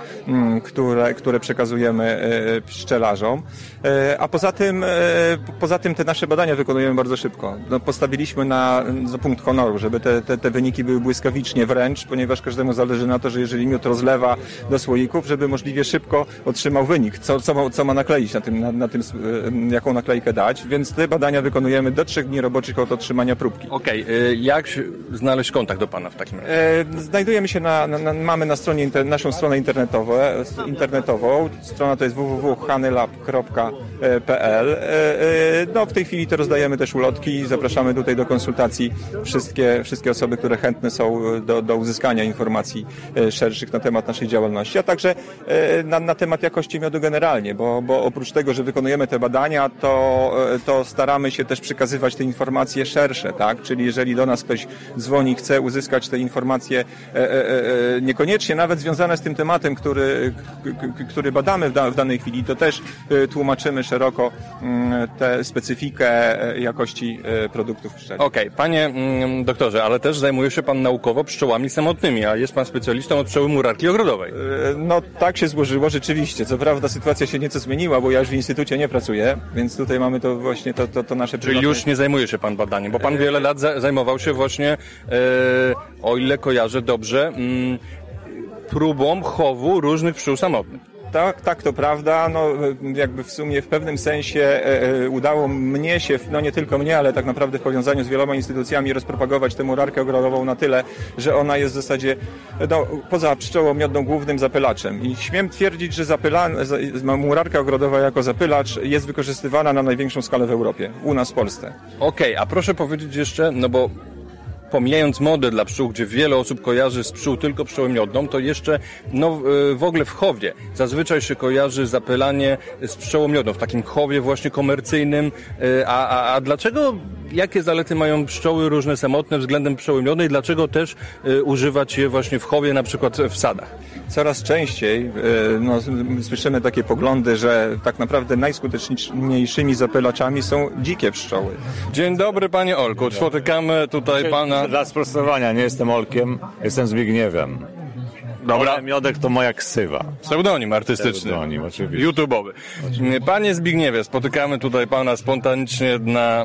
które przekazujemy pszczelarzom, a poza tym te nasze badania wykonujemy bardzo szybko. Postawiliśmy za punkt honoru, żeby te wyniki były błyskawicznie wręcz, ponieważ każdemu zależy na to, że jeżeli miód rozlewa do słoików, żeby możliwie szybko otrzymał wynik, co ma nakleić na tym, jaką naklejkę dać, więc te badania wykonujemy do 3 dni roboczych od otrzymania próbki. Okej, jak znaleźć kontakt do pana w takim razie? Znajdujemy się mamy na stronie naszą stronę internetową. Strona to jest www.hanylab.pl. W tej chwili to rozdajemy też ulotki. Zapraszamy tutaj do konsultacji wszystkie osoby, które chętne są do uzyskania informacji szerszych na temat naszej działalności, a także na temat jakości miodu generalnie, bo oprócz tego, że wykonujemy te badania, to staramy się też przekazywać te informacje szersze, tak? Czyli jeżeli do nas ktoś dzwoni, chce uzyskać te informacje niekoniecznie nawet związane z tym tematem, który badamy w danej chwili, to też tłumaczymy szeroko tę specyfikę jakości produktów pszczelich. Okej, panie doktorze, ale też zajmuje się pan naukowo pszczołami samotnymi, a jest pan specjalistą od pszczoły murarki ogrodowej. Tak się złożyło, rzeczywiście. Co prawda sytuacja się nieco zmieniła, bo ja już w instytucie nie pracuję, więc tutaj mamy to właśnie to nasze... Czyli już nie zajmuje się pan badaniem, bo pan wiele lat zajmował się właśnie, o ile kojarzę dobrze, próbą chowu różnych pszczół samotnych. Tak, to prawda. Jakby w sumie w pewnym sensie udało mnie się, nie tylko mnie, ale tak naprawdę w powiązaniu z wieloma instytucjami rozpropagować tę murarkę ogrodową na tyle, że ona jest w zasadzie poza pszczołą miodną głównym zapylaczem. I śmiem twierdzić, że murarka ogrodowa jako zapylacz jest wykorzystywana na największą skalę w Europie, u nas w Polsce. Okej, a proszę powiedzieć jeszcze, bo pomijając modę dla pszczół, gdzie wiele osób kojarzy z pszczół tylko pszczołę miodną, to jeszcze w ogóle w chowie zazwyczaj się kojarzy zapylanie z pszczołą miodną, w takim chowie właśnie komercyjnym. A dlaczego, jakie zalety mają pszczoły różne samotne względem pszczoły miodnej? Dlaczego też używać je właśnie w chowie, na przykład w sadach? Coraz częściej słyszymy takie poglądy, że tak naprawdę najskuteczniejszymi zapylaczami są dzikie pszczoły. Dzień dobry, panie Olku. Spotykamy tutaj pana... Dla sprostowania, nie jestem Olkiem, jestem Zbigniewem. Dobra. Miodek to moja ksywa. Pseudonim artystyczny. Pseudonim, oczywiście. YouTube'owy. Panie Zbigniewie, spotykamy tutaj pana spontanicznie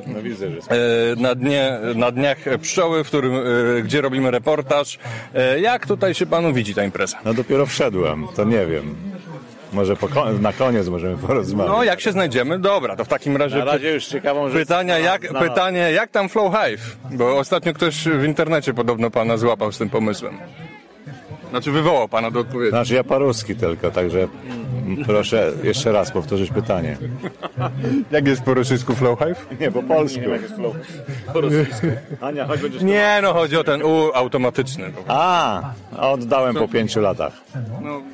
na dniach pszczoły, gdzie robimy reportaż. Jak tutaj się panu widzi ta impreza? Dopiero wszedłem, to nie wiem. Może na koniec możemy porozmawiać. Jak się znajdziemy? Dobra, to w takim razie... Na razie już ciekawą rzecz. Pytanie, jak tam Flow Hive? Bo ostatnio ktoś w internecie podobno pana złapał z tym pomysłem. Znaczy wywołał pana do odpowiedzi. Ja paruski tylko, także proszę jeszcze raz powtórzyć pytanie. Jak jest po rosyjsku Flow Hive? Nie, po polsku. Jak jest flow po rosyjsku. Ania, chodź będziesz... Nie, chodzi o ten automatyczny. Oddałem po 5 latach.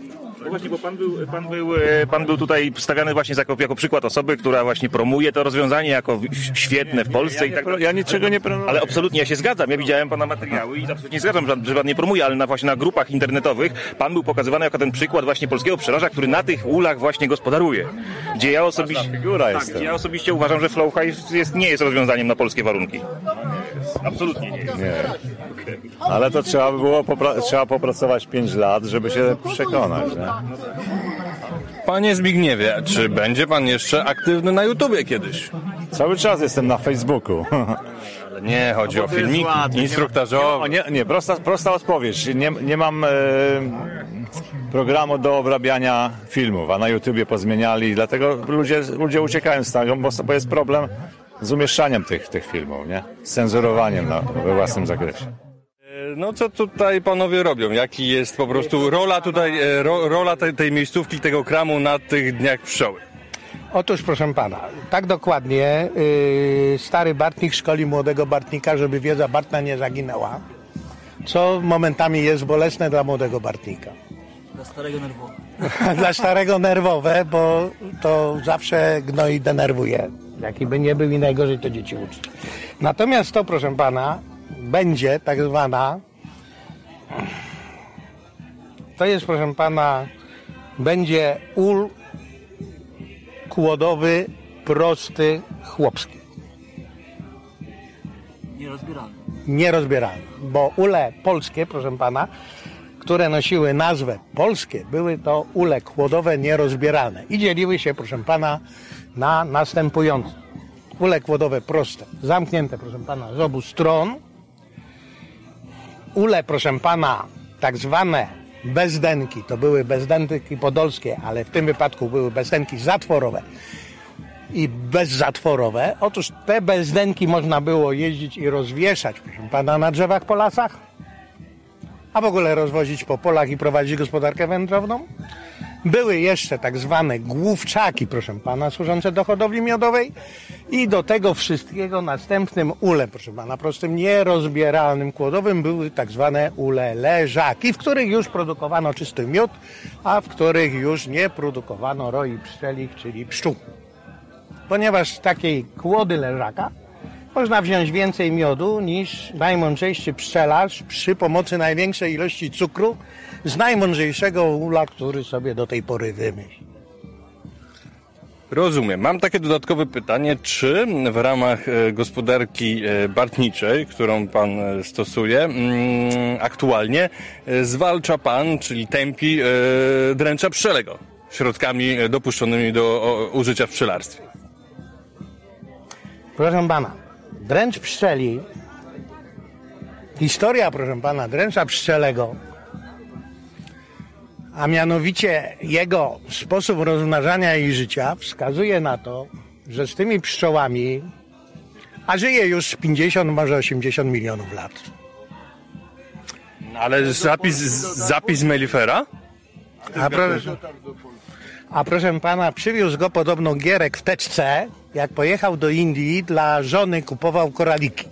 No właśnie, bo pan był tutaj stawiany właśnie jako przykład osoby, która właśnie promuje to rozwiązanie jako świetne w Polsce i tak dalej. Ja niczego nie promuję. Ale absolutnie, ja się zgadzam. Ja widziałem pana materiały i absolutnie zgadzam, że pan nie promuje, ale właśnie na grupach internetowych pan był pokazywany jako ten przykład właśnie polskiego pszczelarza, który na tych ulach właśnie gospodaruje. Gdzie ja osobiście uważam, że Flow Hive nie jest rozwiązaniem na polskie warunki. Absolutnie nie jest. Nie. Ale to trzeba popracować 5 lat, żeby się przekonać. Nie? Panie Zbigniewie, czy będzie pan jeszcze aktywny na YouTubie kiedyś? Cały czas jestem na Facebooku. Ale nie, chodzi o filmiki instruktażowe. Nie, prosta odpowiedź. Nie mam programu do obrabiania filmów, a na YouTubie pozmieniali, dlatego ludzie uciekają z tego, bo jest problem z umieszczaniem tych filmów, nie? Z cenzurowaniem we własnym zakresie. No co tutaj panowie robią? Jaki jest po prostu rola tutaj, rola tej miejscówki, tego kramu na tych dniach pszczoły? Otóż proszę pana, tak dokładnie stary Bartnik szkoli młodego Bartnika, żeby wiedza Bartna nie zaginęła, co momentami jest bolesne dla młodego Bartnika. Dla starego nerwowe. Dla starego nerwowe, bo to zawsze gnoi denerwuje. Jaki by nie był i najgorzej to dzieci uczy. Natomiast to, proszę pana, będzie tak zwana, to jest, proszę pana, będzie ul kłodowy, prosty, chłopski. Nierozbieralny. Bo ule polskie, proszę pana, które nosiły nazwę polskie, były to ule kłodowe nierozbieralne i dzieliły się, proszę pana, na następujące. Ule kłodowe proste, zamknięte, proszę pana, z obu stron. Ule, proszę pana, tak zwane bezdenki, to były bezdenki podolskie, ale w tym wypadku były bezdenki zatworowe i bezzatworowe. Otóż te bezdenki można było jeździć i rozwieszać, proszę pana, na drzewach po lasach, a w ogóle rozwozić po polach i prowadzić gospodarkę wędrowną. Były jeszcze tak zwane główczaki, proszę pana, służące do hodowli miodowej i do tego wszystkiego następnym ulem, proszę pana, prostym, nierozbieralnym, kłodowym były tak zwane ule leżaki, w których już produkowano czysty miód, a w których już nie produkowano roi pszczelich, czyli pszczół. Ponieważ z takiej kłody leżaka można wziąć więcej miodu niż najmądrzejszy pszczelarz przy pomocy największej ilości cukru z najmądrzejszego ula, który sobie do tej pory wymyślił. Rozumiem. Mam takie dodatkowe pytanie, czy w ramach gospodarki bartniczej, którą pan stosuje aktualnie, zwalcza pan, czyli tępi dręcza pszczelego środkami dopuszczonymi do użycia w pszczelarstwie? Proszę pana, dręcz pszczeli, historia, proszę pana, dręcza pszczelego, a mianowicie jego sposób rozmnażania i życia wskazuje na to, że z tymi pszczołami, a żyje już 50, może 80 milionów lat. Ale zapis mellifera? A proszę pana, przywiózł go podobno Gierek w teczce, jak pojechał do Indii, dla żony kupował koraliki.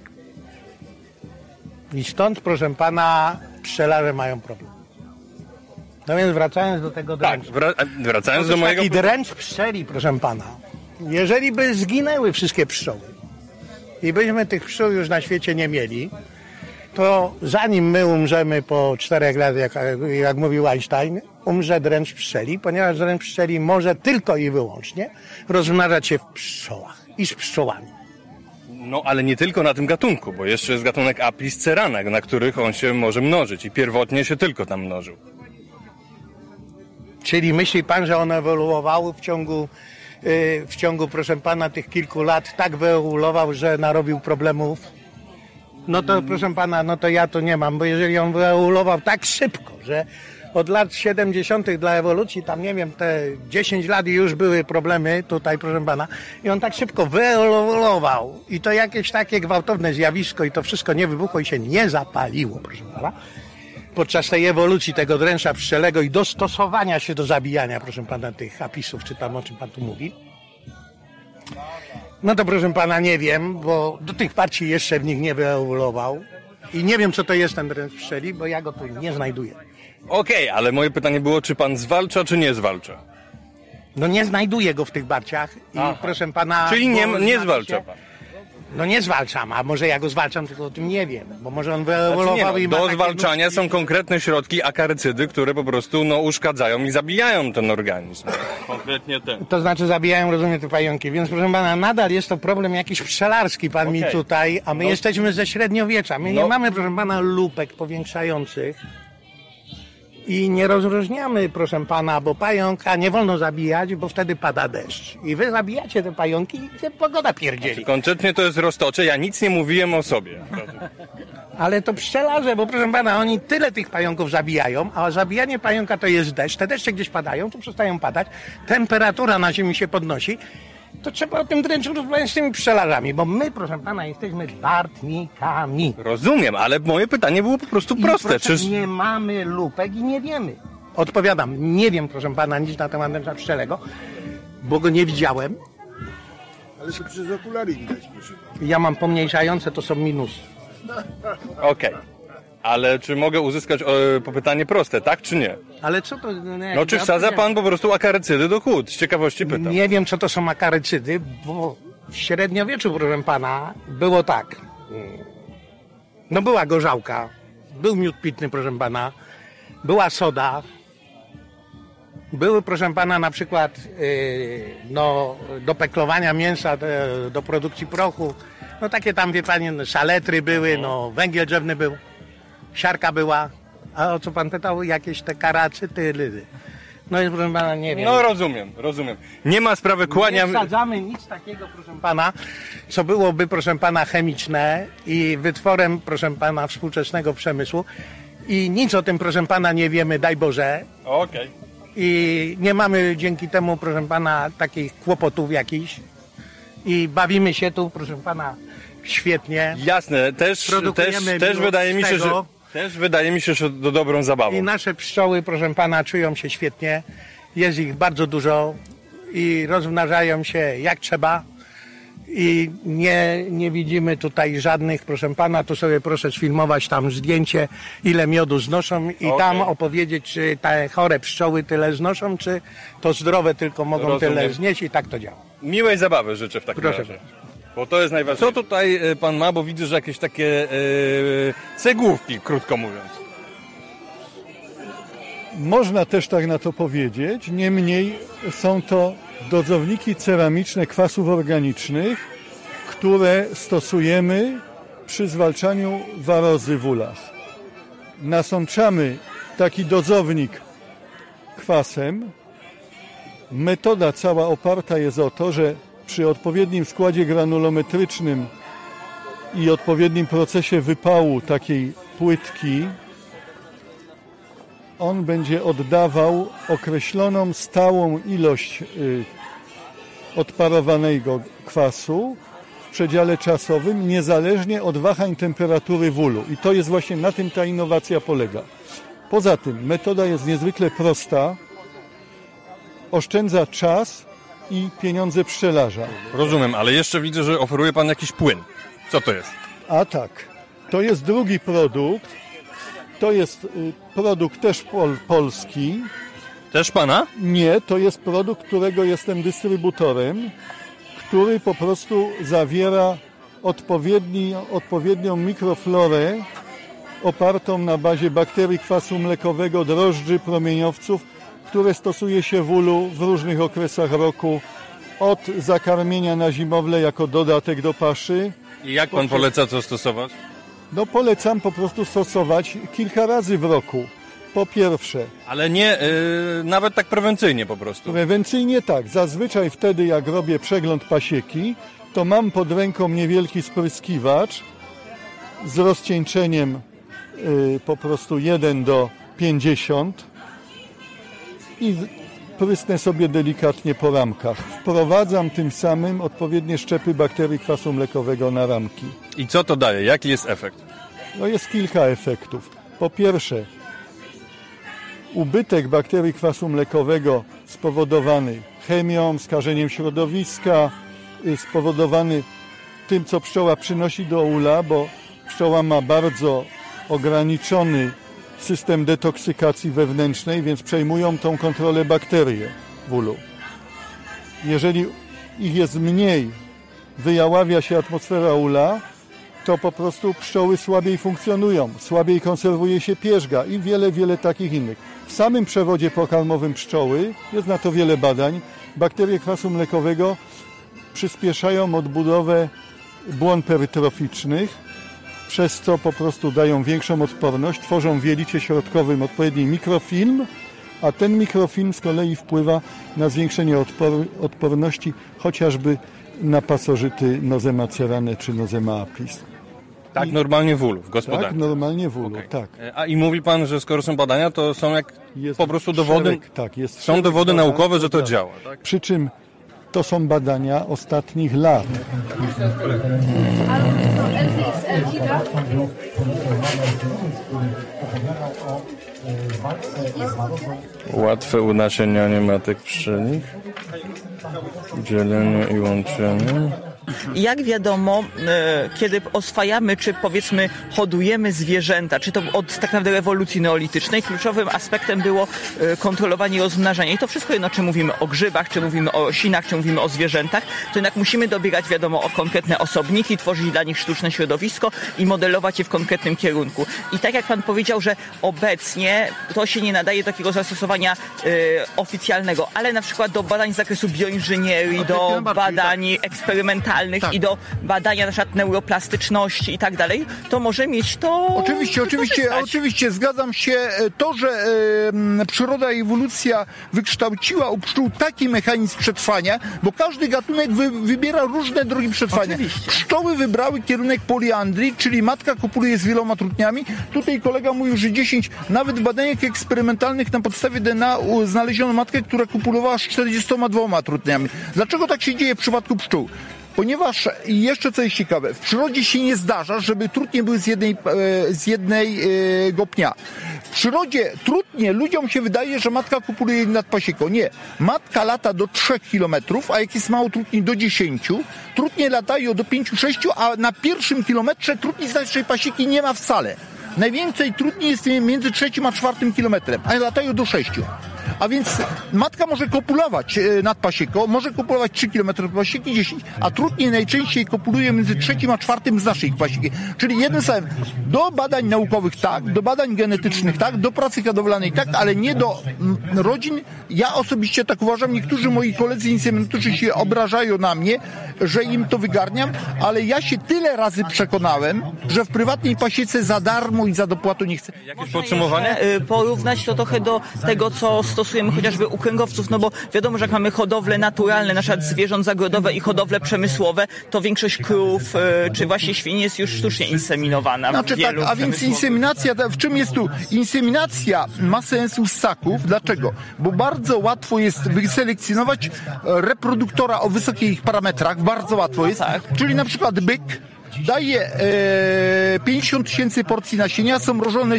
I stąd, proszę pana, pszczelarze mają problem. No więc wracając do tego dręcza. Tak, wracając do mojego... Taki dręcz pszczeli, proszę pana, jeżeli by zginęły wszystkie pszczoły i byśmy tych pszczół już na świecie nie mieli, to zanim my umrzemy po 4 latach, jak mówił Einstein, umrze dręcz pszczeli, ponieważ dręcz pszczeli może tylko i wyłącznie rozmnażać się w pszczołach i z pszczołami. No ale nie tylko na tym gatunku, bo jeszcze jest gatunek Apis cerana, na których on się może mnożyć i pierwotnie się tylko tam mnożył. Czyli myśli pan, że on ewoluował w ciągu, proszę pana, tych kilku lat, tak wyewoluował, że narobił problemów? No to, proszę pana, no to ja to nie mam, bo jeżeli on wyewoluował tak szybko, że od lat 70. dla ewolucji, tam nie wiem, te 10 lat i już były problemy tutaj, proszę pana, i on tak szybko wyewoluował i to jakieś takie gwałtowne zjawisko i to wszystko nie wybuchło i się nie zapaliło, proszę pana, podczas tej ewolucji tego dręcza pszczelego i dostosowania się do zabijania, proszę pana, tych apisów, czy tam o czym pan tu mówi. No to proszę pana nie wiem, bo do tych partii jeszcze w nich nie wyewoluował i nie wiem, co to jest ten dręcz pszczeli, bo ja go tu nie znajduję. Okej, ale moje pytanie było, czy pan zwalcza, czy nie zwalcza? No nie znajduję go w tych barciach i proszę pana... Czyli nie zwalcza pan? No nie zwalczam, a może ja go zwalczam, tylko o tym nie wiem, bo może on Znaczy wyewoluował i ma do takie zwalczania są konkretne środki, akarycydy, które po prostu uszkadzają i zabijają ten organizm. Konkretnie ten. To znaczy zabijają, rozumiem, te pająki, więc proszę pana, nadal jest to problem jakiś pszczelarski pan mi tutaj, a my jesteśmy ze średniowiecza. My nie mamy, proszę pana, lupek powiększających i nie rozróżniamy, proszę pana, bo pająka nie wolno zabijać, bo wtedy pada deszcz. I wy zabijacie te pająki i się pogoda pierdzieli. Konkretnie to jest roztocze, ja nic nie mówiłem o sobie. Ale to pszczelarze, bo proszę pana, oni tyle tych pająków zabijają, a zabijanie pająka to jest deszcz. Te deszcze gdzieś padają, to przestają padać, temperatura na ziemi się podnosi. To trzeba o tym dręczu rozmawiać z tymi pszczelarzami, bo my, proszę pana, jesteśmy bartnikami. Rozumiem, ale moje pytanie było po prostu proste. Czy nie mamy lupek i nie wiemy? Odpowiadam, nie wiem, proszę pana, nic na temat dręcza pszczelego, bo go nie widziałem. Ale to przez okulary widać, proszę. Ja mam pomniejszające, to są minusy. Okej. Ale czy mogę uzyskać pytanie proste, tak czy nie? Ale co to... Nie, no czy wsadza pan po prostu akarycydy do kłód? Z ciekawości pytam. Nie wiem, co to są akarycydy, bo w średniowieczu, proszę pana, było tak. No była gorzałka, był miód pitny, proszę pana, była soda, były, proszę pana, na przykład do peklowania mięsa, do produkcji prochu, no takie tam, wie pani, saletry były, no węgiel drzewny był, siarka była, a o co pan pytał? Jakieś te karacyty, no i proszę pana, nie wiem. No rozumiem. Nie ma sprawy, kłaniam. Nie wsadzamy nic takiego, proszę pana, co byłoby, proszę pana, chemiczne i wytworem, proszę pana, współczesnego przemysłu i nic o tym, proszę pana, nie wiemy, daj Boże. Okej. I nie mamy dzięki temu, proszę pana, takich kłopotów jakichś i bawimy się tu, proszę pana, świetnie. Jasne, też wydaje mi się, że też wydaje mi się, że to dobrą zabawą. I nasze pszczoły, proszę pana, czują się świetnie. Jest ich bardzo dużo i rozmnażają się jak trzeba. I nie widzimy tutaj żadnych, proszę pana, tu sobie proszę sfilmować tam zdjęcie, ile miodu znoszą i tam opowiedzieć, czy te chore pszczoły tyle znoszą, czy to zdrowe tylko mogą tyle znieść i tak to działa. Miłej zabawy życzę w takim razie. Bo to jest najważniejsze. Co tutaj pan ma, bo widzę, że jakieś takie cegłówki, krótko mówiąc. Można też tak na to powiedzieć, niemniej są to dozowniki ceramiczne kwasów organicznych, które stosujemy przy zwalczaniu warozy w ulach. Nasączamy taki dozownik kwasem. Metoda cała oparta jest o to, że przy odpowiednim składzie granulometrycznym i odpowiednim procesie wypału takiej płytki on będzie oddawał określoną stałą ilość odparowanego kwasu w przedziale czasowym, niezależnie od wahań temperatury w ulu. I to jest właśnie na tym ta innowacja polega. Poza tym metoda jest niezwykle prosta, oszczędza czas i pieniądze pszczelarza. Rozumiem, ale jeszcze widzę, że oferuje pan jakiś płyn. Co to jest? A tak, to jest drugi produkt. To jest produkt też polski. Też pana? Nie, to jest produkt, którego jestem dystrybutorem, który po prostu zawiera odpowiednią mikroflorę opartą na bazie bakterii kwasu mlekowego, drożdży, promieniowców, które stosuje się w ulu w różnych okresach roku, od zakarmienia na zimowle jako dodatek do paszy. I jak pan poleca to stosować? No polecam po prostu stosować kilka razy w roku. Po pierwsze. Ale nie, nawet tak prewencyjnie po prostu. Prewencyjnie tak. Zazwyczaj wtedy, jak robię przegląd pasieki, to mam pod ręką niewielki spryskiwacz z rozcieńczeniem po prostu 1:50 i prysnę sobie delikatnie po ramkach. Wprowadzam tym samym odpowiednie szczepy bakterii kwasu mlekowego na ramki. I co to daje? Jaki jest efekt? No jest kilka efektów. Po pierwsze, ubytek bakterii kwasu mlekowego spowodowany chemią, skażeniem środowiska, spowodowany tym, co pszczoła przynosi do ula, bo pszczoła ma bardzo ograniczony system detoksykacji wewnętrznej, więc przejmują tą kontrolę bakterie w ulu. Jeżeli ich jest mniej, wyjaławia się atmosfera ula, to po prostu pszczoły słabiej funkcjonują, słabiej konserwuje się pierzga i wiele takich innych. W samym przewodzie pokarmowym pszczoły, jest na to wiele badań, bakterie kwasu mlekowego przyspieszają odbudowę błon perytroficznych, przez co po prostu dają większą odporność, tworzą w jelicie środkowym odpowiedni mikrofilm, a ten mikrofilm z kolei wpływa na zwiększenie odporności chociażby na pasożyty Nosema ceranae czy Nosema apis. Tak, normalnie w ulu, w gospodarce. Tak, normalnie w ulu, tak. A i mówi pan, że skoro są badania, to są po prostu dowody, są dowody badań, naukowe, że to działa. Tak? Przy czym to są badania ostatnich lat. Łatwe unasienianie matek pszczelich, dzielenie i łączenie. Jak wiadomo, kiedy oswajamy, czy powiedzmy hodujemy zwierzęta, czy to od tak naprawdę rewolucji neolitycznej, kluczowym aspektem było kontrolowanie rozmnażania. I to wszystko jedno, czy mówimy o grzybach, czy mówimy o roślinach, czy mówimy o zwierzętach, to jednak musimy dobierać, wiadomo, o konkretne osobniki, tworzyć dla nich sztuczne środowisko i modelować je w konkretnym kierunku. I tak jak pan powiedział, że obecnie to się nie nadaje do takiego zastosowania oficjalnego, ale na przykład do badań z zakresu bioinżynierii, do badań eksperymentalnych i do badania na przykład neuroplastyczności i tak dalej, to może mieć to... Oczywiście, zgadzam się. To, że przyroda i ewolucja wykształciła u pszczół taki mechanizm przetrwania, bo każdy gatunek wybiera różne drogi przetrwania. Oczywiście. Pszczoły wybrały kierunek poliandrii, czyli matka kopuluje z wieloma trutniami. Tutaj kolega mówił, że 10, nawet w badaniach eksperymentalnych na podstawie DNA znaleziono matkę, która kopulowała z 42 trutniami. Dlaczego tak się dzieje w przypadku pszczół? Ponieważ, i jeszcze co jest ciekawe, w przyrodzie się nie zdarza, żeby trutnie były z jednego pnia. W przyrodzie trutnie, ludziom się wydaje, że matka kopuluje nad pasieką. Nie. Matka lata do 3 km, a jak jest mało trutni do 10, trutnie latają do 5-6, a na pierwszym kilometrze trutni z naszej pasieki nie ma wcale. Najwięcej trutni jest między 3 a 4 kilometrem, a latają do 6. A więc matka może kopulować nad pasieką, może kopulować 3 km od pasieki, 10, a trutnie najczęściej kopuluje między 3 a 4 z naszej pasieki. Czyli jednym słowem, do badań naukowych tak, do badań genetycznych tak, do pracy hodowlanej tak, ale nie do rodzin. Ja osobiście tak uważam, niektórzy moi koledzy inseminatorzy się obrażają na mnie, że im to wygarniam, ale ja się tyle razy przekonałem, że w prywatnej pasiece za darmo i za dopłatą nie chcę. Jakieś podsumowanie? Porównać to trochę do tego, co stosujemy chociażby u kręgowców, no bo wiadomo, że jak mamy hodowle naturalne, na przykład zwierząt zagrodowe i hodowle przemysłowe, to większość krów czy właśnie świń jest już sztucznie inseminowana. Znaczy tak, a więc inseminacja, w czym jest tu? Inseminacja ma sens u ssaków. Dlaczego? Bo bardzo łatwo jest wyselekcjonować reproduktora o wysokich parametrach, bardzo łatwo jest. Tak. Czyli na przykład byk daje 50 000 porcji nasienia, są mrożone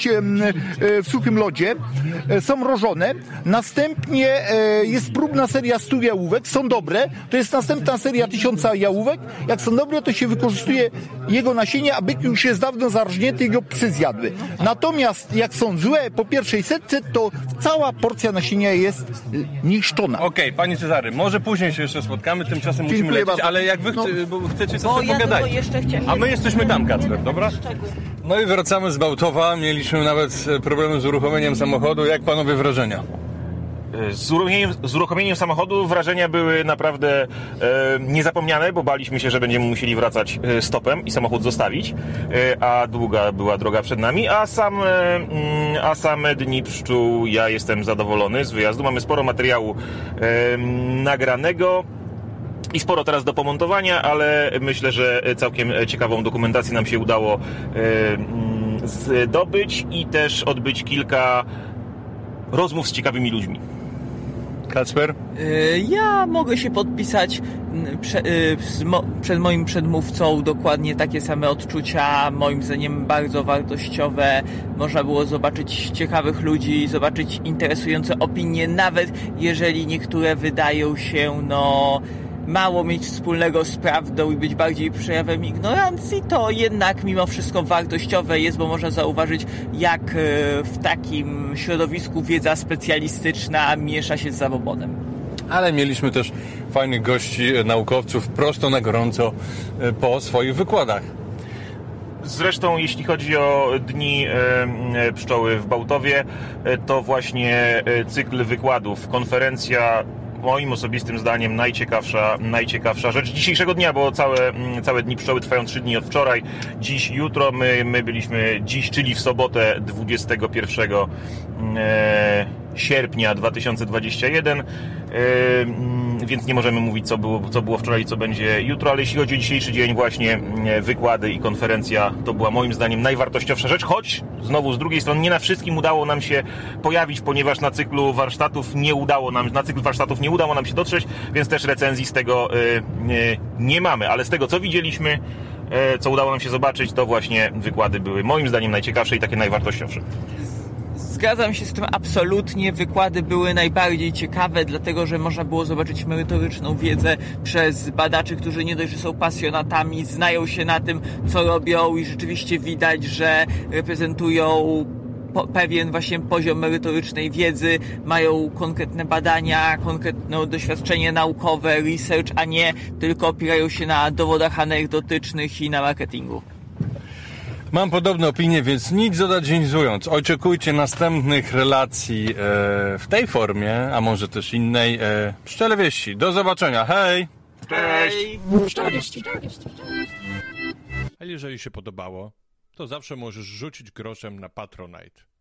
w suchym lodzie, są mrożone, następnie jest próbna seria 100 jałówek, są dobre, to jest następna seria 1000 jałówek, jak są dobre, to się wykorzystuje jego nasienie, a byk już jest dawno zarżnięty, jego psy zjadły. Natomiast jak są złe po pierwszej setce, to cała porcja nasienia jest niszczona. Okej, panie Cezary, może później się jeszcze spotkamy, tymczasem musimy lecieć, bardzo. Ale jak wy chcecie, to sobie pogadać. A my jesteśmy tam, Kacper, dobra? No i wracamy z Bałtowa. Mieliśmy nawet problemy z uruchomieniem samochodu. Jak panowie wrażenia? Z uruchomieniem samochodu wrażenia były naprawdę niezapomniane, bo baliśmy się, że będziemy musieli wracać stopem i samochód zostawić, a długa była droga przed nami, a same dni pszczół ja jestem zadowolony z wyjazdu. Mamy sporo materiału nagranego i sporo teraz do pomontowania, ale myślę, że całkiem ciekawą dokumentację nam się udało zdobyć i też odbyć kilka rozmów z ciekawymi ludźmi. Kacper? Ja mogę się podpisać przed moim przedmówcą, dokładnie takie same odczucia, moim zdaniem bardzo wartościowe. Można było zobaczyć ciekawych ludzi, zobaczyć interesujące opinie, nawet jeżeli niektóre wydają się mało mieć wspólnego z prawdą i być bardziej przejawem ignorancji, to jednak mimo wszystko wartościowe jest, bo można zauważyć, jak w takim środowisku wiedza specjalistyczna miesza się z zabobоnem. Ale mieliśmy też fajnych gości, naukowców, prosto na gorąco po swoich wykładach. Zresztą jeśli chodzi o Dni Pszczoły w Bałtowie, to właśnie cykl wykładów, konferencja, moim osobistym zdaniem najciekawsza rzecz dzisiejszego dnia, bo całe Dni Pszczoły trwają 3 dni od wczoraj, dziś, jutro. My byliśmy dziś, czyli w sobotę 21 sierpnia 2021, więc nie możemy mówić, co było wczoraj i co będzie jutro, ale jeśli chodzi o dzisiejszy dzień, właśnie wykłady i konferencja, to była moim zdaniem najwartościowsza rzecz, choć znowu z drugiej strony nie na wszystkim udało nam się pojawić, ponieważ na cykl warsztatów nie udało nam się dotrzeć, więc też recenzji z tego nie mamy, ale z tego, co widzieliśmy, co udało nam się zobaczyć, to właśnie wykłady były moim zdaniem najciekawsze i takie najwartościowsze. Zgadzam się z tym absolutnie. Wykłady były najbardziej ciekawe, dlatego że można było zobaczyć merytoryczną wiedzę przez badaczy, którzy nie dość, że są pasjonatami, znają się na tym, co robią i rzeczywiście widać, że reprezentują pewien właśnie poziom merytorycznej wiedzy, mają konkretne badania, konkretne doświadczenie naukowe, research, a nie tylko opierają się na dowodach anegdotycznych i na marketingu. Mam podobne opinie, więc nic dodać, nic ując. Oczekujcie następnych relacji w tej formie, a może też innej. Pszczele Wieści. Do zobaczenia. Hej! Cześć! A jeżeli się podobało, to zawsze możesz rzucić groszem na Patronite.